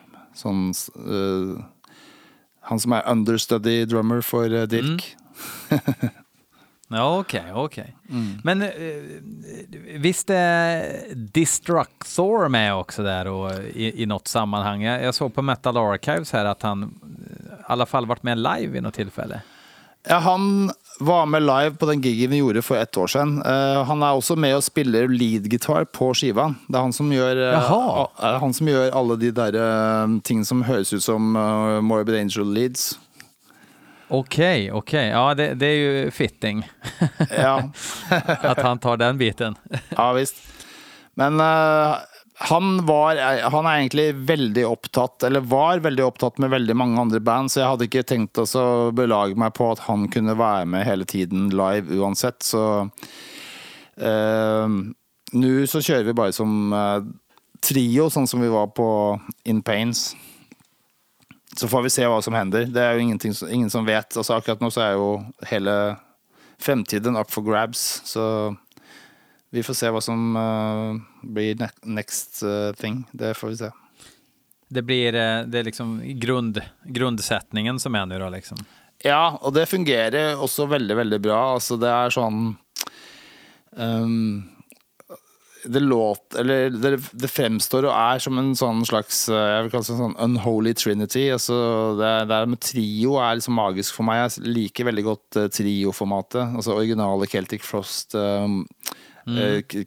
han som är understudy drummer för Dirk. Ja, okej. Men visst är Destructor med också där och i något sammanhang. Jag såg på Metal Archives här att han i alla fall varit med live i något tillfälle. Ja, han var med live på den giggen vi gjorde för 1 år sedan. Han är också med och spelar lead-gitarr på skivan. Det är han som gör alla de där ting som hörs ut som Morbid Angel leads. Okej. Ja, det är ju fitting. Ja. Att han tar den biten. Ja, visst. Men han är egentligen väldigt upptatt, eller var väldigt upptatt med väldigt många andra band, så jag hade inte tänkt att så belaga mig på att han kunde vara med hela tiden live oavsett. Så nu så kör vi bara som trio, sån som vi var på In Pains. Så får vi se vad som händer. Det är ju ingen som vet. Alltså akkurat nu så är ju hela framtiden up for grabs, så vi får se vad som blir next thing. Det får vi se. Det är liksom grundsättningen som är nu då liksom. Ja, och det fungerar också väldigt, väldigt bra. Alltså det är sån det framstår och är som en sån slags, jag vill kalla det sån unholy trinity. Alltså det där med trio är liksom magisk för mig. Jag liker väldigt gott trio-formatet. Alltså originala Celtic Frost,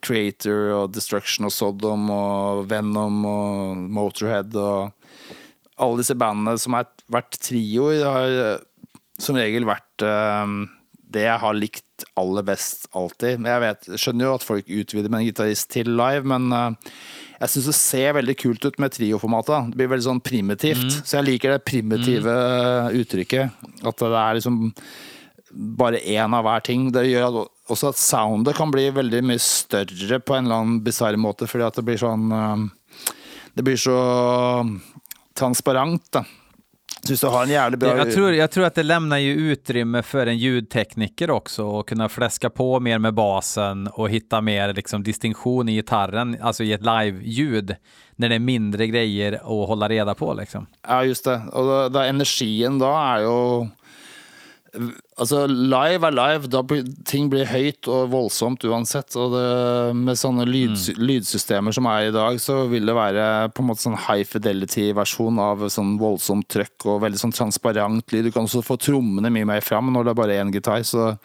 Creator och Destruction och Sodom och Venom och Motorhead och alle disse bandene som har vært trio, har som regel vært det jeg har likt aller best alltid. Men jeg skjønner jo at folk utvider med en gitarist til live, men jeg synes det ser veldig kult ut med trioformatet. Det blir veldig sånn primitivt. Så jeg liker det primitive uttrykket. At det er liksom bare en av hver ting. Det gjør også at soundet kan bli veldig mye større på en eller annen bizarre måte, fordi at det blir sånn det blir så transparent da. Så hvis du har en jävligt bra... Jag tror att det lämnar ju utrymme för en ljudtekniker också och kunna fläska på mer med basen och hitta mer liksom distinktion i gitarren, alltså i ett live-ljud när det är mindre grejer att hålla reda på liksom. Ja, just det. Och då energien då är ju... Alltså live är live, då ting blir höjt och våldsamt uansett, och det, med sådana lydsystemer som är idag så vill det vara på något sån high fidelity version av sån våldsamt tryck och väldigt sån transparent lyd. Du kan också få trummorna mycket mer fram när det är bara en gitarr, så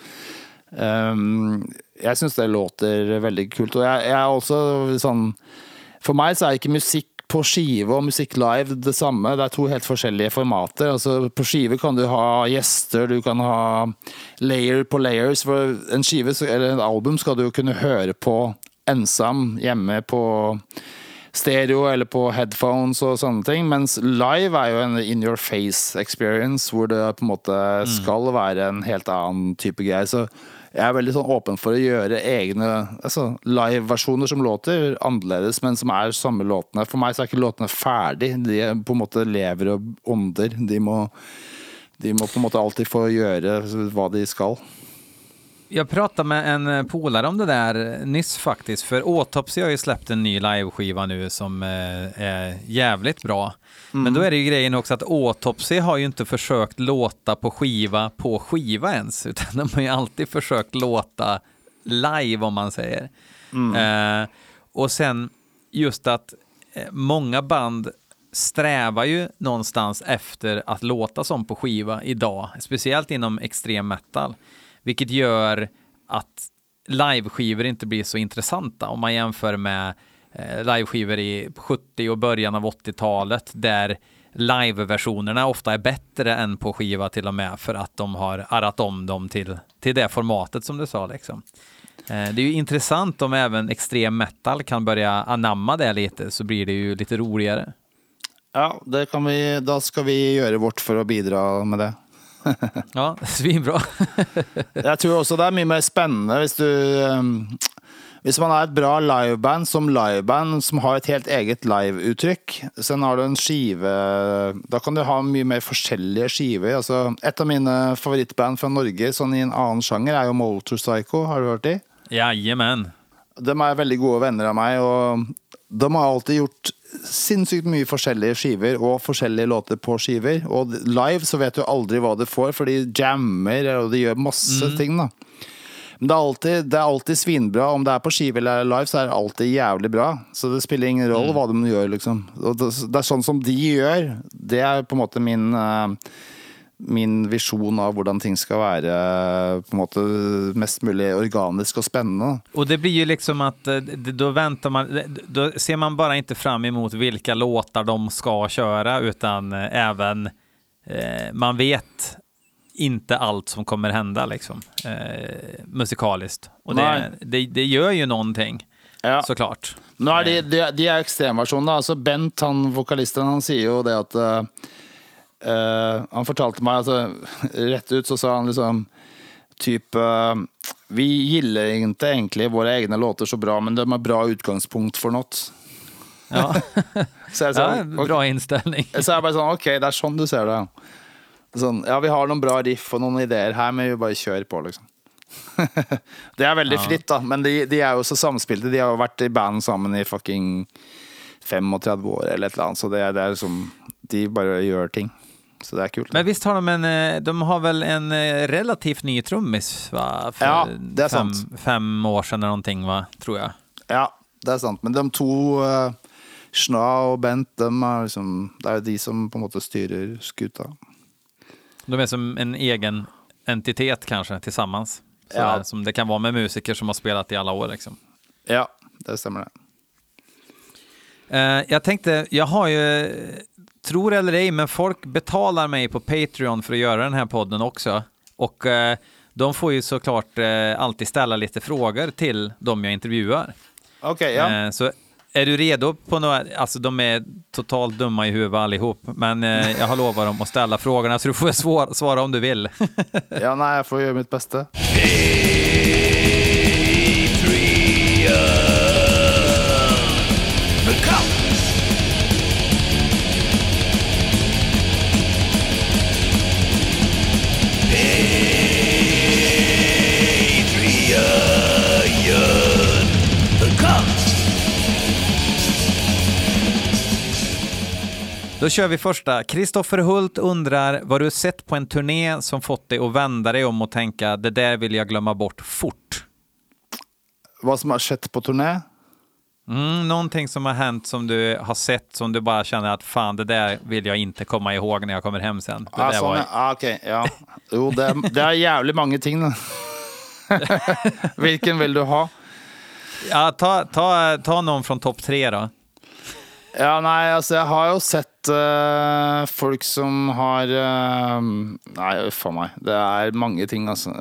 jag syns det låter väldigt kul. Och jag är också sån, för mig så är inte musik på skive och musik live det samme. Det är två helt forskjellige formater. Alltså på skive kan du ha gäster, du kan ha layer på layers. För en skive eller en album ska du kunna höra på ensam hemma på stereo eller på headphones och sånt ting. Men live är ju en in your face experience hvor det på en måte skal vara en helt annan typ av grej. Så jag är väldigt sån öppen för att göra egna live-versioner som låter annorledes men som är samma låtarna. För mig så är inte låtarna färdiga. De på en måte lever och ånder. De må på en måte alltid få göra vad de ska. Jag pratade med en polare om det där nyss faktiskt, för Autopsy har ju släppt en ny liveskiva nu som är jävligt bra. Men då är det ju grejen också att Autopsy har ju inte försökt låta på skiva ens, utan de har ju alltid försökt låta live om man säger. Och sen just att många band strävar ju någonstans efter att låta som på skiva idag, speciellt inom extrem metal. Vilket gör att liveskivor inte blir så intressanta om man jämför med liveskivor i 70 och början av 80-talet där liveversionerna ofta är bättre än på skiva till och med för att de har arrat om dem till det formatet som du sa liksom. Det är ju intressant om även extrem metal kan börja anamma det lite, så blir det ju lite roligare. Ja, det kan vi, då ska vi göra vårt för att bidra med det. Ja, svinbra. Jag tror också det är mycket mer spännande hvis man har ett bra liveband som har ett helt eget liveuttryck. Sen har du en skive, då kan du ha mycket mer forskjellige skivor. Alltså ett av mina favoritband från Norge sån i en annan genre är ju Motorpsycho, har du hört det? Jajamän. De är väldigt goda vänner av mig och de har alltid gjort sinnssykt mye forskjellige skiver og forskjellige låter på skiver, og live så vet du aldri hva du får, for de jammer og de gjør masse ting da. Men det er alltid svinbra. Om det er på skive eller live så er det alltid jævlig bra, så det spiller ingen roll hva de gjør liksom. Og det er sånn som de gjør, det er på en måte min vision av hvordan ting ska vara på något mest möjligt organiskt och spännande. Och det blir ju liksom att då väntar man, då ser man bara inte fram emot vilka låtar de ska köra, utan även man vet inte allt som kommer hända liksom musikaliskt. Och det gör ju någonting. Ja. Såklart. Nu är de är extremversioner. Alltså Bent, han vokalisten, han säger ju det att han fortalte mig alltså rätt ut så sa han liksom typ vi gillar inte egentligen våra egna låtar så bra, men de är bra utgångspunkt för något. Ja. Så jag sa, bra inställning. Så jag bara så okej, det är sån du ser det. Sån, ja, vi har någon bra riff och någon idéer här, men vi bara kör på liksom. Det är väldigt fritt då, men de är ju så samspelade. De har varit i band sammen i fucking 35 år eller ett land, så det är som de bara gör ting. Så det är kul. Men visst har de har väl en relativt ny trummis va? För ja, det är sant. 5 år sedan eller någonting va, tror jag. Ja, det är sant. Men de två Sna och Bent, de är liksom, det är de som på något sätt styrer skuta. De är som en egen entitet kanske tillsammans. Så där, som det kan vara med musiker som har spelat i alla år liksom. Ja, det stämmer det. Jag tänkte, jag har ju tror eller ej, men folk betalar mig på Patreon för att göra den här podden också. Och de får ju såklart alltid ställa lite frågor till de jag intervjuar. Okej, ja. Så är du redo på några, alltså de är totalt dumma i huvudet allihop, men jag har lovat dem att ställa frågorna så du får svara om du vill. Ja, nej, jag får göra mitt bästa. Då kör vi första. Kristoffer Hult undrar vad du har sett på en turné som fått dig att vända dig om och tänka det där vill jag glömma bort fort. Vad som har skett på turné? Någonting som har hänt som du har sett som du bara känner att fan det där vill jag inte komma ihåg när jag kommer hem sen. Okej, ja. Jo, det är jävligt många ting. Vilken vill du ha? Ja, ta någon från topp 3 då. Ja, nej, alltså jag har ju sett folk som har nej, fan mig. Det är många ting alltså.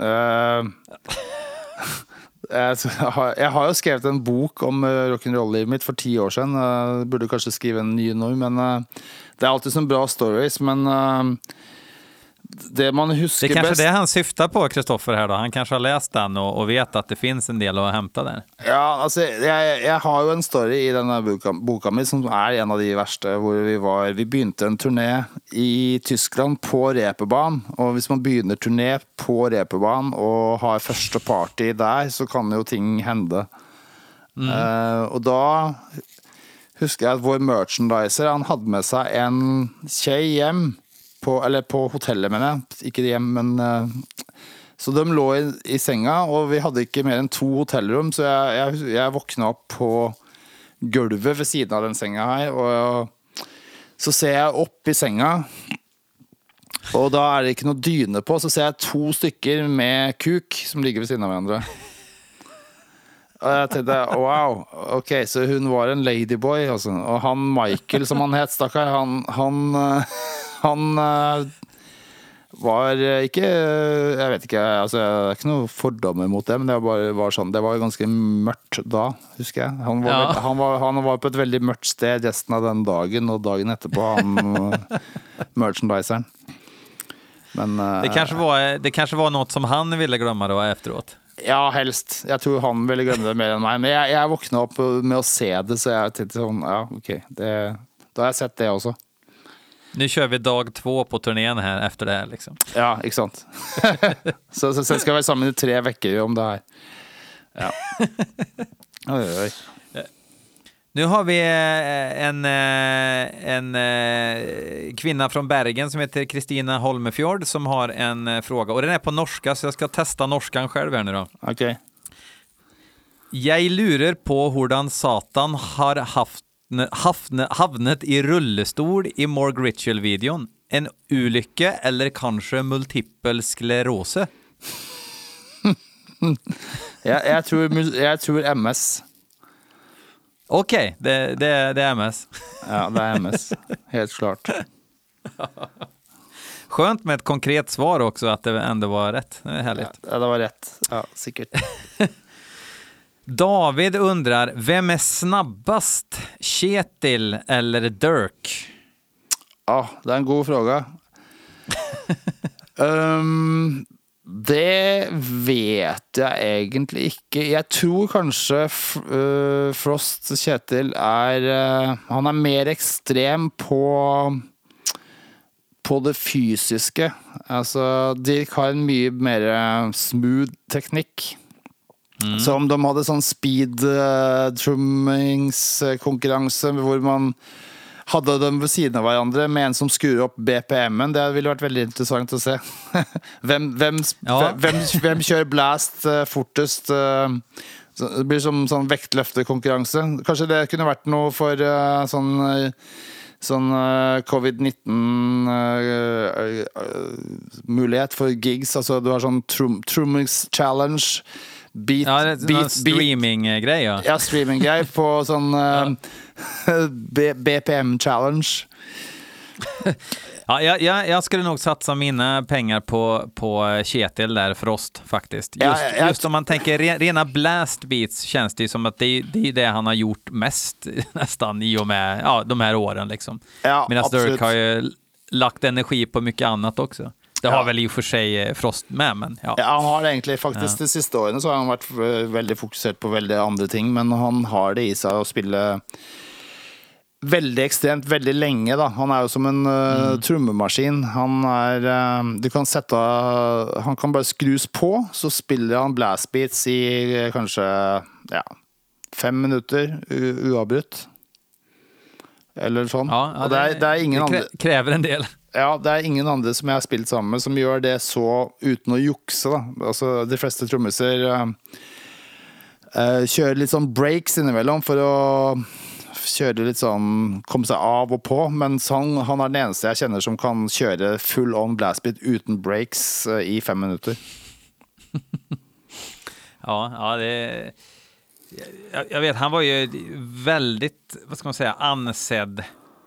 Jag har ju skrivit en bok om rock'n'roll-livet mitt för 10 år sedan. Jag borde kanske skriva en ny nu, men det är alltid så bra stories, men det man huskar det kanske bäst... det han syftar på, Kristoffer här då. Han kanske har läst den och vet att det finns en del att hämta där. Ja, alltså jag har ju en story i den här boken som är en av de värsta, hvor vi begynte en turné i Tyskland på reperbanen, och hvis man begynner turné på reperbanen och har första party där så kan ju ting hända. Och då husker jag att vår merchandiser, han hade med sig en tjej hem på hotellet, men inte hem, men så de låg i sänga, och vi hade inte mer än 2 hotellrum, så jag vaknade upp på golvet vid sidan av den sänga här, och så ser jag upp i sänga, och då är det inte någon dyne på, så ser jag 2 stycken med kuk som ligger vid sidan av varandra. Och jag tänkte, wow, okej, så hon var en ladyboy alltså. Och han Michael som han het, stackar, han var inte, jag vet inte, alltså det är inte någon fördomar mot det, men det var sån, det var ju ganska mörkt då, huskar jag. Han var på ett väldigt mörkt sted resten av den dagen, och dagen efterpå han merchandisern. Men det kanske var något som han ville glömma då efteråt. Ja, helst. Jag tror han ville glömma det mer än mig. Men jag vaknade upp med att se det, så jag tänkte sån, ja, okej. Då har jag sett det också. Nu kör vi dag 2 på turnén här efter det här liksom. Ja, exakt. så sen ska vi samman i 3 veckor om det här. Ja. Oj. Nu har vi en kvinna från Bergen som heter Kristina Holmefjord som har en fråga. Och den är på norska, så jag ska testa norskan själv här nu då. Okej. Jag lurer på hurdan Satan har havnet i rullestol i Morg Ritual-videon. En olycka eller kanske multipel sklerose? jag tror MS. Okej, det är MS. Ja, det är MS. Helt klart. Skönt med ett konkret svar också, att det ändå var rätt. Det är härligt. Ja, det var rätt. Ja, säkert. David undrar, vem är snabbast? Kjetil eller Dirk? Ja, det är en god fråga. Det vet jag egentligen inte. Jag tror kanske Frost Kjetil han är mer extrem på det fysiska. Alltså Dirk har en mycket mer smooth teknik. Så om de hade sån speed trummingskonkurrens hvor man hade dem vid sidan av varandra med en som skruvar upp BPMen, det ville varit väldigt intressant att se. Vem kör blast fortast? Det blir som sån vektløftekonkurrens. Kanske det kunde varit något för sån covid-19 möjlighet för gigs, alltså du har sån trummings challenge. Streaming-grej, ja. Ja, streaming-grej på sån BPM challenge. Ja, jag skulle nog satsa mina pengar på Kjetil där, Frost, faktiskt. Just om man tänker rena blast beats, känns det ju som att det är det han har gjort mest nästan i och med de här åren liksom. Ja, medan Dirk har ju lagt energi på mycket annat också. Det har väl i och för sig Frost med, men ja, han har egentlig faktisk de siste årene så har han varit väldigt fokuserad på väldigt andra ting, men han har det i sig att spela väldigt extremt, väldigt länge då. Han är ju som en trummaskin. Han är du kan sätta han kan bara skrus på så spelar han blast beats i kanske 5 minuter oavbrutet. Eller sånt. Ja, och det är ingen andra kräver en del. Ja, det är ingen andre som jag har spilt sammen med som gör det så utan att jukse da. Altså, de flesta trommiser kör lite sån breaks innimellom för att köra lite sån, komma sig av och på, men han är den eneste jag känner som kan köra full on blastbeat utan breaks i 5 minuter. Ja, det jag vet, han var ju väldigt, vad ska man säga, ansedd.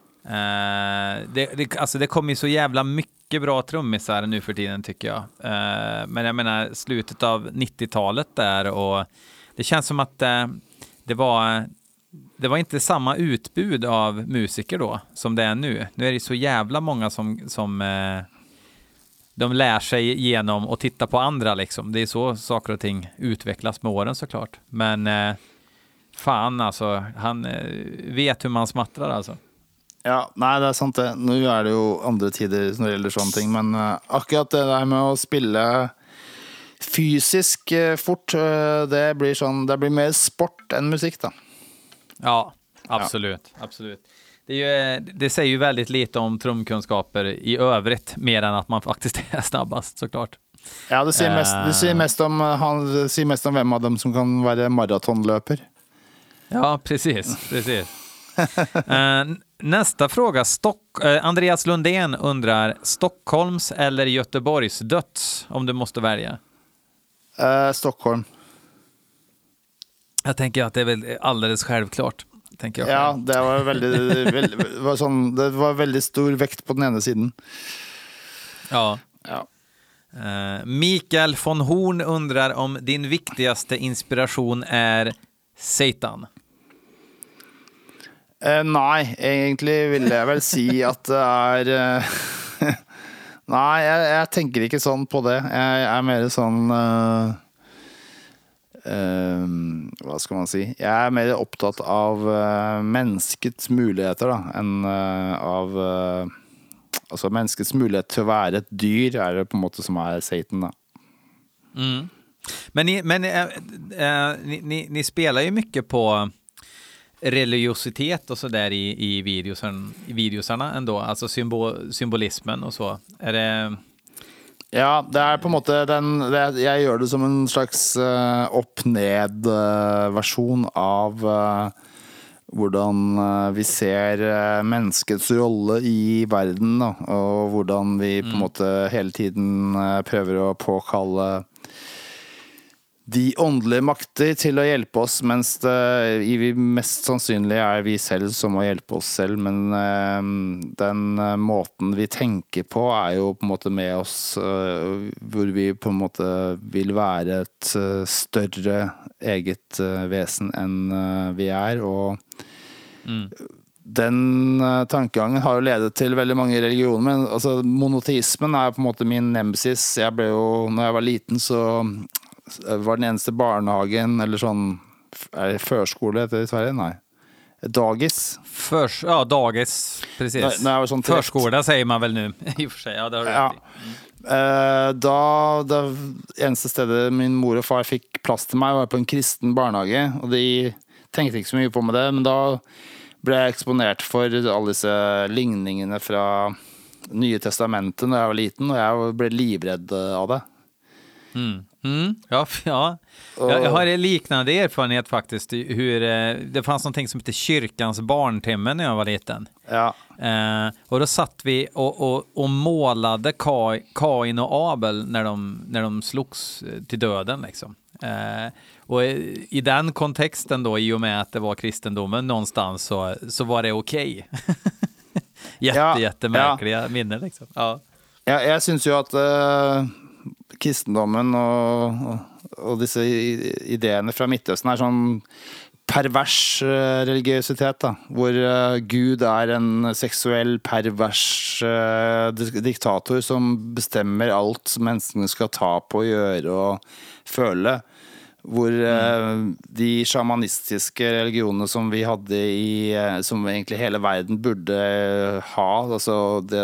Det kommer ju så jävla mycket bra trummisar nu för tiden tycker jag. Men jag menar slutet av 90-talet där, och det känns som att det var inte samma utbud av musiker då som det är nu. Nu är det så jävla många som de lär sig genom att titta på andra liksom. Det är så saker och ting utvecklas med åren såklart. Men fan alltså, han vet hur man smattrar alltså. Ja, nej det är sant det. Nu är det ju andra tider när det gäller sånt ting, men akkurat det där med att spela fysiskt fort, det blir mer sport än musik då. Ja, absolut. Det säger ju väldigt lite om trumkunskaper i övrigt, mer än att man faktiskt är snabbast såklart. Ja, det säger mest om vem av dem som kan vara maratonlöper. Ja, precis. Nästa fråga. Andreas Lundén undrar Stockholms eller Göteborgs döds, om du måste välja. Stockholm. Jag tänker att det är väl alldeles självklart. Tänker jag. Ja, det var det var väldigt stor vikt på den ena sidan. Ja. Mikael von Horn undrar om din viktigaste inspiration är Satan. Nej, egentligen vill jag väl säga att det är nej, jag tänker inte sån på det. Jag är mer sån vad ska man säga? Jag är mer upptatt av mänskets möjligheter då, än av alltså mänskets möjlighet till att vara ett dyr är det på något sätt som är Satan då. Mm. Men ni spelar ju mycket på religiositet och så där i videosarna ändå, alltså symbolismen och så. Är det... Ja, det är på något sätt jag gör det som en slags upp-ned version av hur vi ser människans roll i världen då, och hur vi på något sätt hela tiden prövar att påkalla de åndelige makter till att hjälpa oss, mens det mest sannsynlig är vi själva som må hjälpa oss själva, men den måten vi tänker på är ju på något med oss hvor vi på något vill vara ett större eget väsen än vi är, och den tankegången har ju lett till väldigt många religioner, men alltså monoteismen är på något min nemesis. Jag blev ju, när jag var liten så var den eneste barnehagen, eller sån, är det förskola heter det i Sverige? Nej. Dagis. Dagis, precis. När jag var sån förskola säger man väl nu, i och för sig. Ja, det har du rätt i. Då eneste stället min mor och far fick plats till mig var på en kristen barnehage, och de tänkte inte så mycket på med det, men då blev jag exponerad för alla dessa ligningene från Nya testamentet när jag var liten, och jag blev livrädd av det. Ja. Jag har en liknande erfarenhet faktiskt, hur det fanns någonting som heter kyrkans barntimme när jag var liten. Ja. Och då satt vi och målade Kain och Abel när de slogs till döden liksom. Och i den kontexten då, i och med att det var kristendomen någonstans, så var det okej. jättemärkliga minnen liksom. Ja. Jeg synes jo at kristendommen og disse ideene fra Midtøsten sånn pervers religiøsitet, da, hvor Gud en seksuell pervers diktator som bestemmer alt som menneskene skal ta på, gjøre og føle, hvor de shamanistiske religionene som vi hadde som egentlig hele verden burde ha, altså det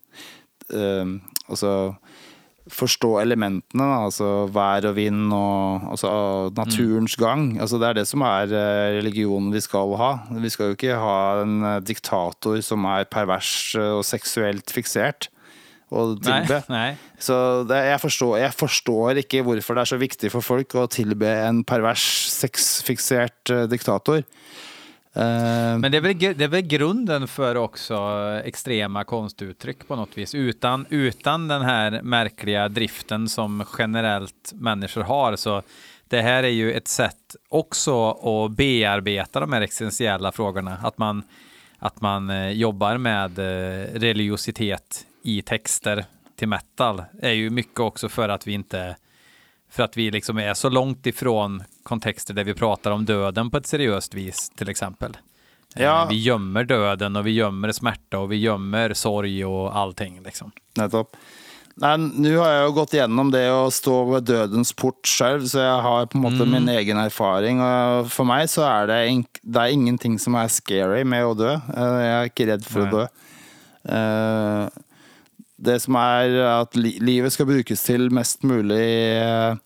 også forstå elementene, da, altså vær og vind og altså naturens gang. Altså det det som religionen vi skal ha. Vi skal jo ikke ha en diktator som pervers og seksuelt fiksert og tilbe. Nei. Så jeg forstår ikke hvorfor det så viktig for folk å tilbe en pervers sexfiksert diktator. Men det är väl grunden för också extrema konstuttryck på något vis. Utan den här märkliga driften som generellt människor har, så det här är ju ett sätt också att bearbeta de här existentiella frågorna. Att man jobbar med religiositet i texter till metal är ju mycket också för att vi liksom är så långt ifrån kontexter där vi pratar om döden på ett seriöst vis, till exempel. Ja. Vi gömmer döden och vi gömmer smärta och vi gömmer sorg och allting liksom. Nettopp. Nei, nu har jeg jo gått gjennom det å stå ved dødens port selv, så jeg har på en måte min egen erfaring, og for meg så det ingenting som scary med å dø. Jeg ikke redd for å dø. Det som at livet skal brukes til mest mulig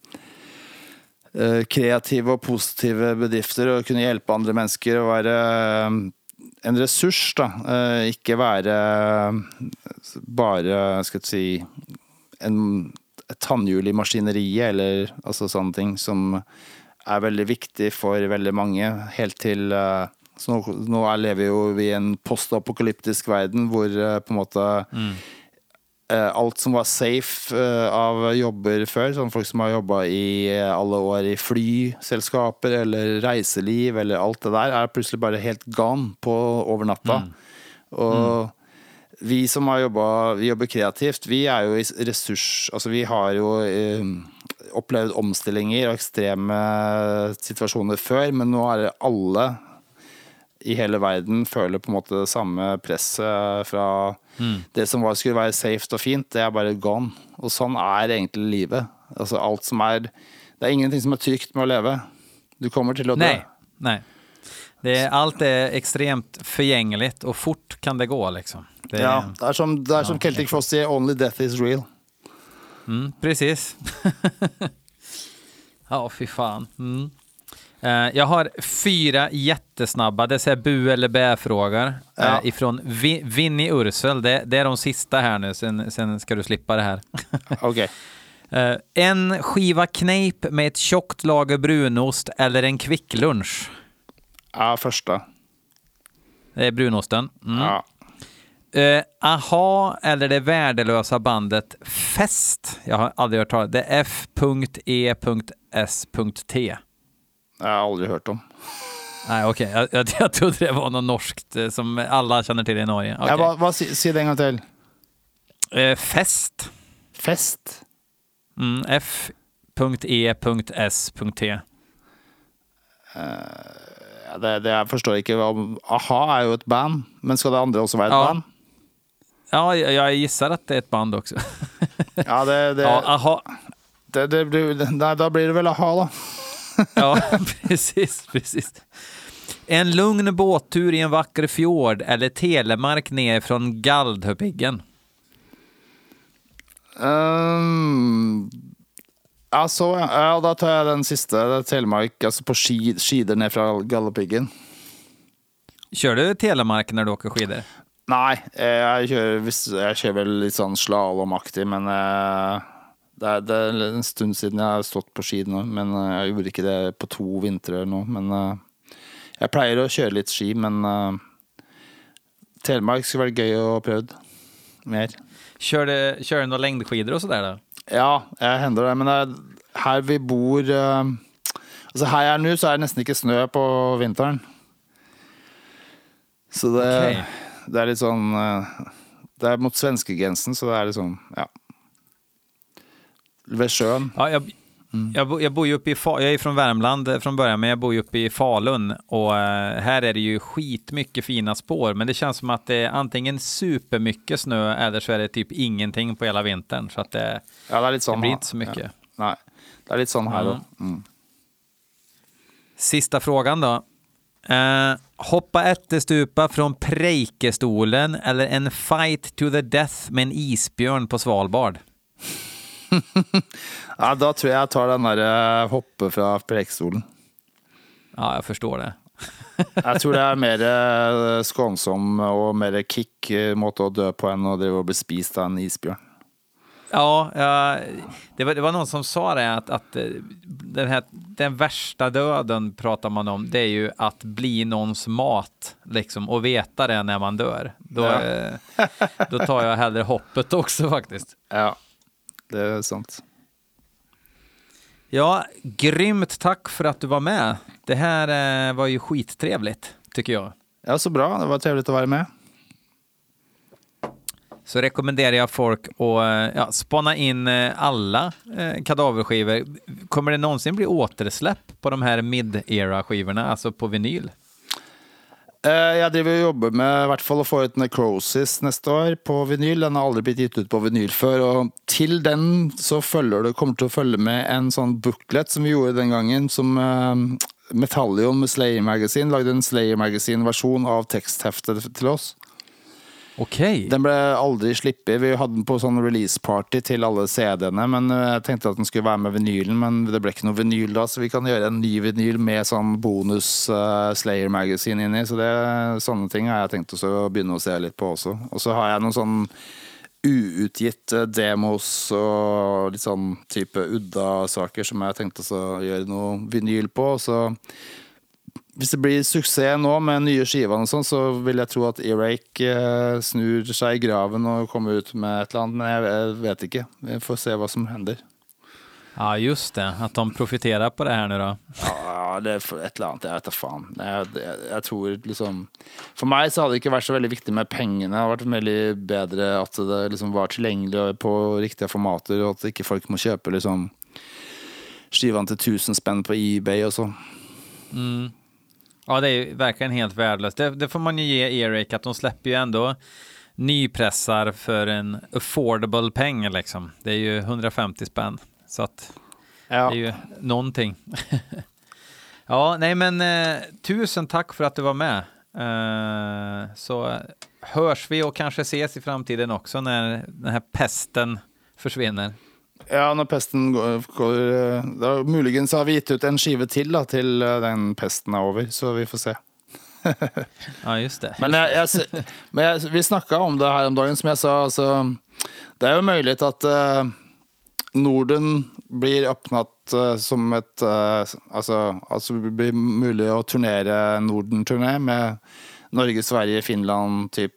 kreative og positive bedrifter og kunne hjelpe andre mennesker og være en ressurs da, ikke være bare, skal jeg si, et tannhjul i maskineriet eller altså sånne ting som veldig viktig for veldig mange helt til så nå lever jo vi i en postapokalyptisk verden hvor på en måte alt som var safe av jobber før, sånn folk som har jobbet i alle år i flyselskaper eller reiseliv eller alt det der, plutselig bare helt gone på over natta. Og vi som har vi jobber kreativt, vi jo i ressurs, altså vi har jo opplevd omstillinger og ekstreme situasjoner før, men nå det alle i hele verden føler på en måte det samme presset fra det som skulle være safe og fint, det bare gone. Og sånn egentlig livet. Altså alt som det ingenting som trygt med å leve. Du kommer til å dø. Nej. Allt extremt förgängligt och fort kan det gå liksom. Ja, det som Celtic Frost säger, only death is real. Precis. Ja, fy fan. Jag har 4 jättesnabba, det är bu eller bä-frågor ifrån Vinny Ursel. Det är de sista här nu, sen ska du slippa det här. Okej. En skiva knäpp med ett tjockt lager brunost eller en kvicklunch? Ja, första. Det är brunosten. Ja. Aha eller det värdelösa bandet Fest? Jag har aldrig hört talas. Det F.E.S.T. Jag har aldrig hört om. Nej, okej. Jag trodde det var något norskt som alla känner till i Norge. Okay. Ja, vad säger det en gång till? Fest. Fest? F.E.S.T. Det jag förstår inte. Aha ju ett band, men ska det andra också vara ett band? Ja, jag gissar att det är ett band också. Ja, ja, aha. Då blir det väl aha då. Ja, precis. En lugn båttur i en vacker fjord eller telemark ner från Galdhöpiggen? Alltså, ja, då tar jag den sista, telemark, alltså på skidor ner från Galdhöpiggen. Kör du telemark när du åker skidor? Nej, jag kör väl lite sån slalomaktig, men det är en stund sedan jag har stått på skidor, men jag gjorde inte det på 2 vintrar nu, men jag plejer att köra lite ski, men telemark skulle vara gøy att pröva mer. Kör du några längdskidor och sådär då? Ja, jag händer det, men här vi bor alltså här jag nu så är det nästan inte snö på vintern. Så det Det är lite sån det är mot svenskegrensen så det är liksom ja. Vid sjön. Ja, jag bor ju uppe i jag är från Värmland från början, men jag bor ju uppe i Falun och här är det ju skitmycket fina spår, men det känns som att det är antingen supermycket snö eller så är det typ ingenting på hela vintern, så att det Ja, det är lite sån. Det blir inte så mycket. Ja. Nej. Det är lite sån här då. Sista frågan då. Hoppa ättestupa från Preikestolen eller en fight to the death med en isbjörn på Svalbard? Ja, då tror jag tar den där hoppet från Preikestolen. Ja, jag förstår det. Jag tror det är mer skånsom och mer kick mot att dö på en och det var bli spist av en isbjörn. Ja, det var någon som sa det att den värsta döden pratar man om, det är ju att bli någons mat liksom, och veta det när man dör. Då tar jag hellre hoppet också faktiskt. Ja, det är sant. Ja, grymt tack för att du var med. Det här var ju skittrevligt, tycker jag. Ja, så bra. Det var trevligt att vara med. Så rekommenderar jag folk att spana in alla kadaverskivor. Kommer det någonsin bli återsläpp på de här mid-era-skivorna, alltså på vinyl? Jag driver och jobbar med i hvert fall att få ut Necrosis nästa år på vinyl. Den har aldrig blivit gitt ut på vinyl för och till den så kommer det att följa med en sån booklet som vi gjorde den gången som Metallion med Slayer Magazine lagde en Slayer Magazine version av texthäftet till oss. Okej. Den blev aldrig slippig. Vi hade den på sån release party till alla CD-erna, men jag tänkte att den skulle vara med vinylen, men det blev inte någon vinyl då, så vi kan göra en ny vinyl med sån bonus Slayer Magazine inne, så det är sådana ting har jag tänkt att börja se lite på också. Och så har jag någon sån outgitt demos och lite sån typ udda saker som jag tänkte så göra någon vinyl på, så hvis det blir succé nå med nye skivan og sånn, så vil jeg tro at Earache snur seg i graven og kommer ut med ett eller annat, men jag vet inte. Vi får se vad som händer. Ja, just det. Att de profiterar på det här nu då. Ja, det är ett eller annat. Jag vet inte fan. Jag tror liksom... För mig så hade det inte varit så väldigt viktigt med pengarna. Det hade varit väldigt bättre att det liksom var tillgängligt på riktiga formater och att inte folk må köpa liksom skivan till 1000 spänn på eBay och så. Mm. Ja, det är ju verkligen helt värdelöst. Det får man ju ge Earache, att de släpper ju ändå nypressar för en affordable peng liksom. Det är ju 150 spänn. Så att det är ju någonting. Ja, nej men tusen tack för att du var med. Så hörs vi och kanske ses i framtiden också när den här pesten försvinner. Ja, när pesten går då möjligen så har vi gett ut en skiva till då, till den pesten är över, så vi får se. Ja, just det. Men vi snackade om det här om dagen som jag sa, alltså det är ju möjligt att Norden blir öppnat som ett alltså det blir möjligt att turnera Norden-turné med Norge, Sverige, Finland typ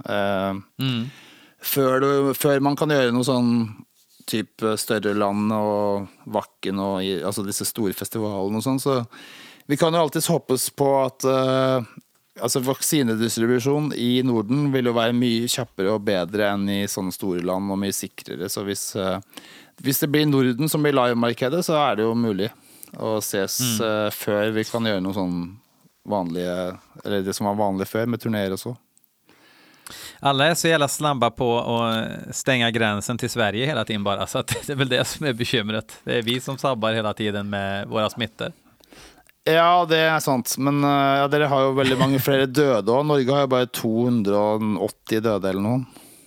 för man kan göra någon sån typ större land och Vacken och alltså dessa stora festivaler och sånt, så vi kan ju alltid hoppas på att alltså vaccinedistribution i Norden vill ju vara mycket kjappare och bättre än i sådana stora land och mycket säkrare, så hvis det blir Norden som blir live-markedet, så är det ju möjligt att ses för vi kan göra någon sån vanliga, eller det som var vanligt för med turnéer och så. Alla är så jävla snabba på att stänga gränsen till Sverige hela tiden bara, så att det är väl det som är bekymret. Det är vi som sabbar hela tiden med våra smittor. Ja, det är sant, men ja, dere har ju väldigt många fler döda och Norge har ju bara 280 döda eller någon.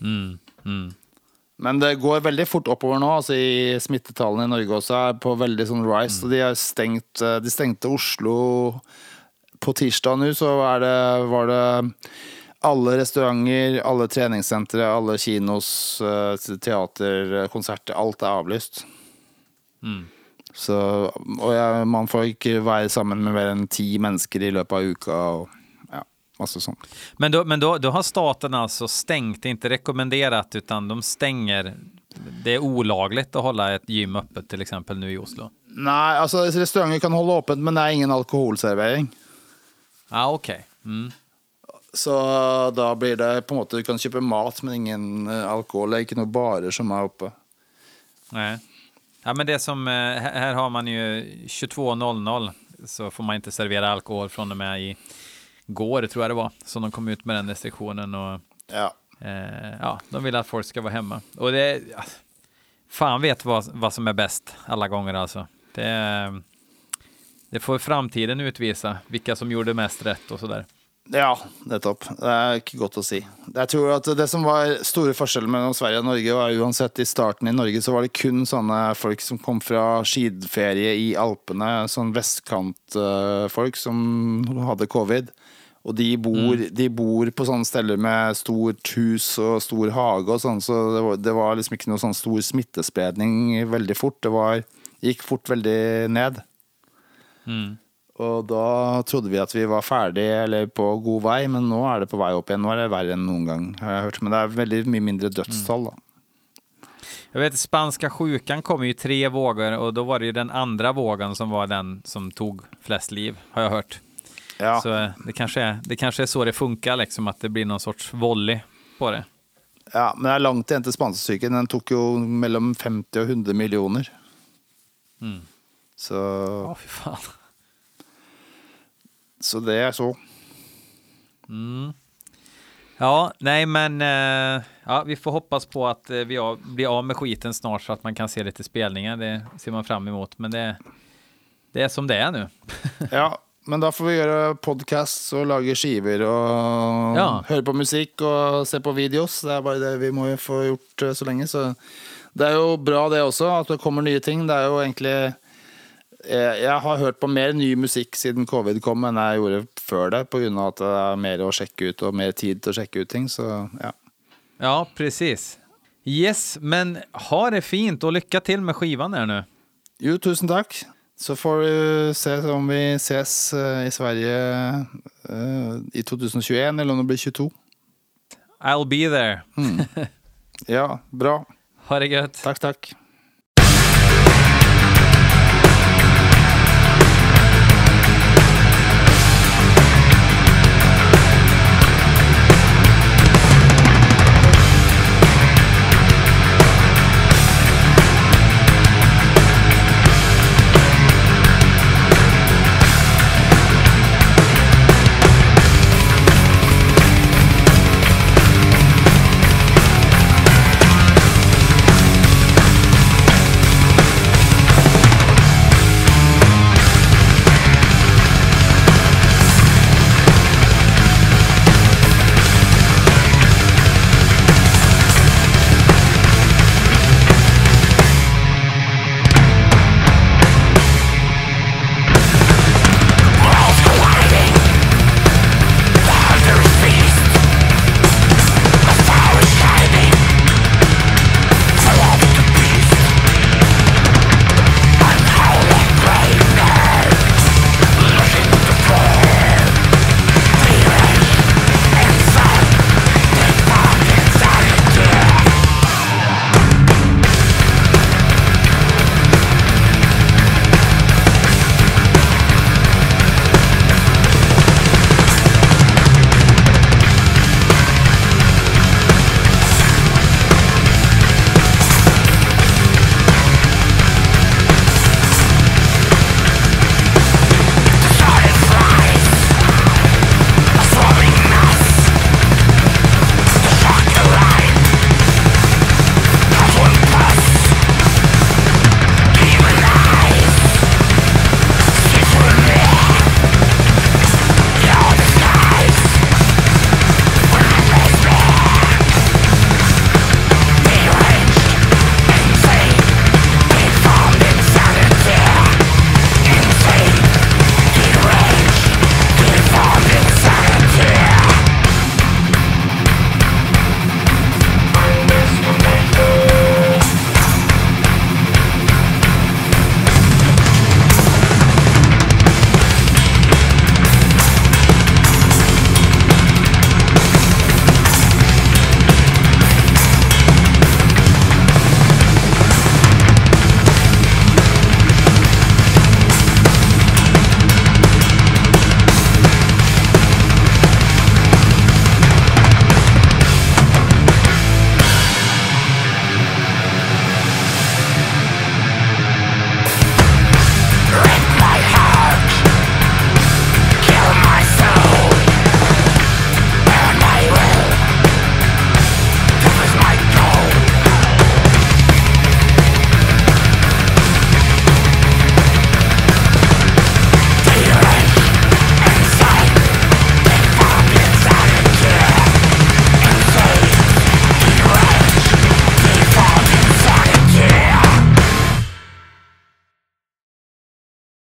Men det går väldigt fort uppåt nu, alltså i smittetalen i Norge också är på väldigt sån rise, och de stängde Oslo på tisdag nu, så var det alla restauranger, alla träningscenter, alla kinos, teater, konserter, allt är avlyst. Så och man får inte vara samman med mer än 10 människor i löpet av uka och ja, massa sånt. Men då har staten alltså stängt, inte rekommenderat, utan de stänger. Det är olagligt att hålla ett gym öppet till exempel nu i Oslo. Nej, alltså restauranger kan hålla öppet, men det är ingen alkoholservering. Ja, okej. Så da blir det på en måte, du kan kjøpe mat, men ingen alkohol. Det er ikke noe barer som er oppe. Nej. Ja, men det som, här har man ju 22.00 så får man inte servera alkohol från och med i går, tror jag det var, som de kom ut med den restriktionen och Ja. ja, de vill att folk ska vara hemma. Och det, ja, fan vet vad som är bäst alla gånger alltså. Det får framtiden utvisa vilka som gjorde mest rätt och sådär. Ja, nettopp. Det er ikke godt å si. Jeg tror at det som var store forskjeller mellom Sverige og Norge, var uansett i starten i Norge, så var det kun sånne folk som kom fra skidferie i Alpene, sånn vestkantfolk som hadde covid. Og de bor på sånne steder med stort hus og stor hage og sånn, så det var liksom ikke noe sånn stor smittespredning veldig fort. Det gikk fort veldig ned. Og da trodde vi at vi var ferdige eller på god vei, men nå er det på vei opp igjen. Nå er det verre enn noen gang, har jeg hørt. Men det er veldig mye mindre dødstall da. Jag vet, spanska sjukan kom ju 3 vågor och då var det ju den andra vågen som var den som tog flest liv, har jag hört. Ja. Så det kanske är så det funkar, liksom, att det blir någon sorts volley på det. Ja, men det er langt igjen til spanskesyken. Den tok jo mellom 50 og 100 millioner. Så... Ja, fy fan. Så det är så. Ja, nej men ja, vi får hoppas på att vi blir av med skiten snart så att man kan se lite spelningar. Det ser man fram emot, men det är som det är nu. Ja, men da får vi gjøre podcasts og lage skiver og høre på musikk og se på videos. Det er bare det vi må jo få gjort så lenge. Så det er jo bra det også, at det kommer nye ting. Det er jo egentlig... Jeg har hørt på mer ny musikk siden covid kom enn jeg gjorde før det, på grunn av at det er mer å sjekke ut og mer tid til å sjekke ut ting, så ja. Ja, precis. Yes, men ha det fint og lycka till med skivan här nu. Jo, tusen takk. Så får vi se om vi ses i Sverige i 2021, eller om det blir 22. I'll be there. Ja, bra. Ha det gött. Takk.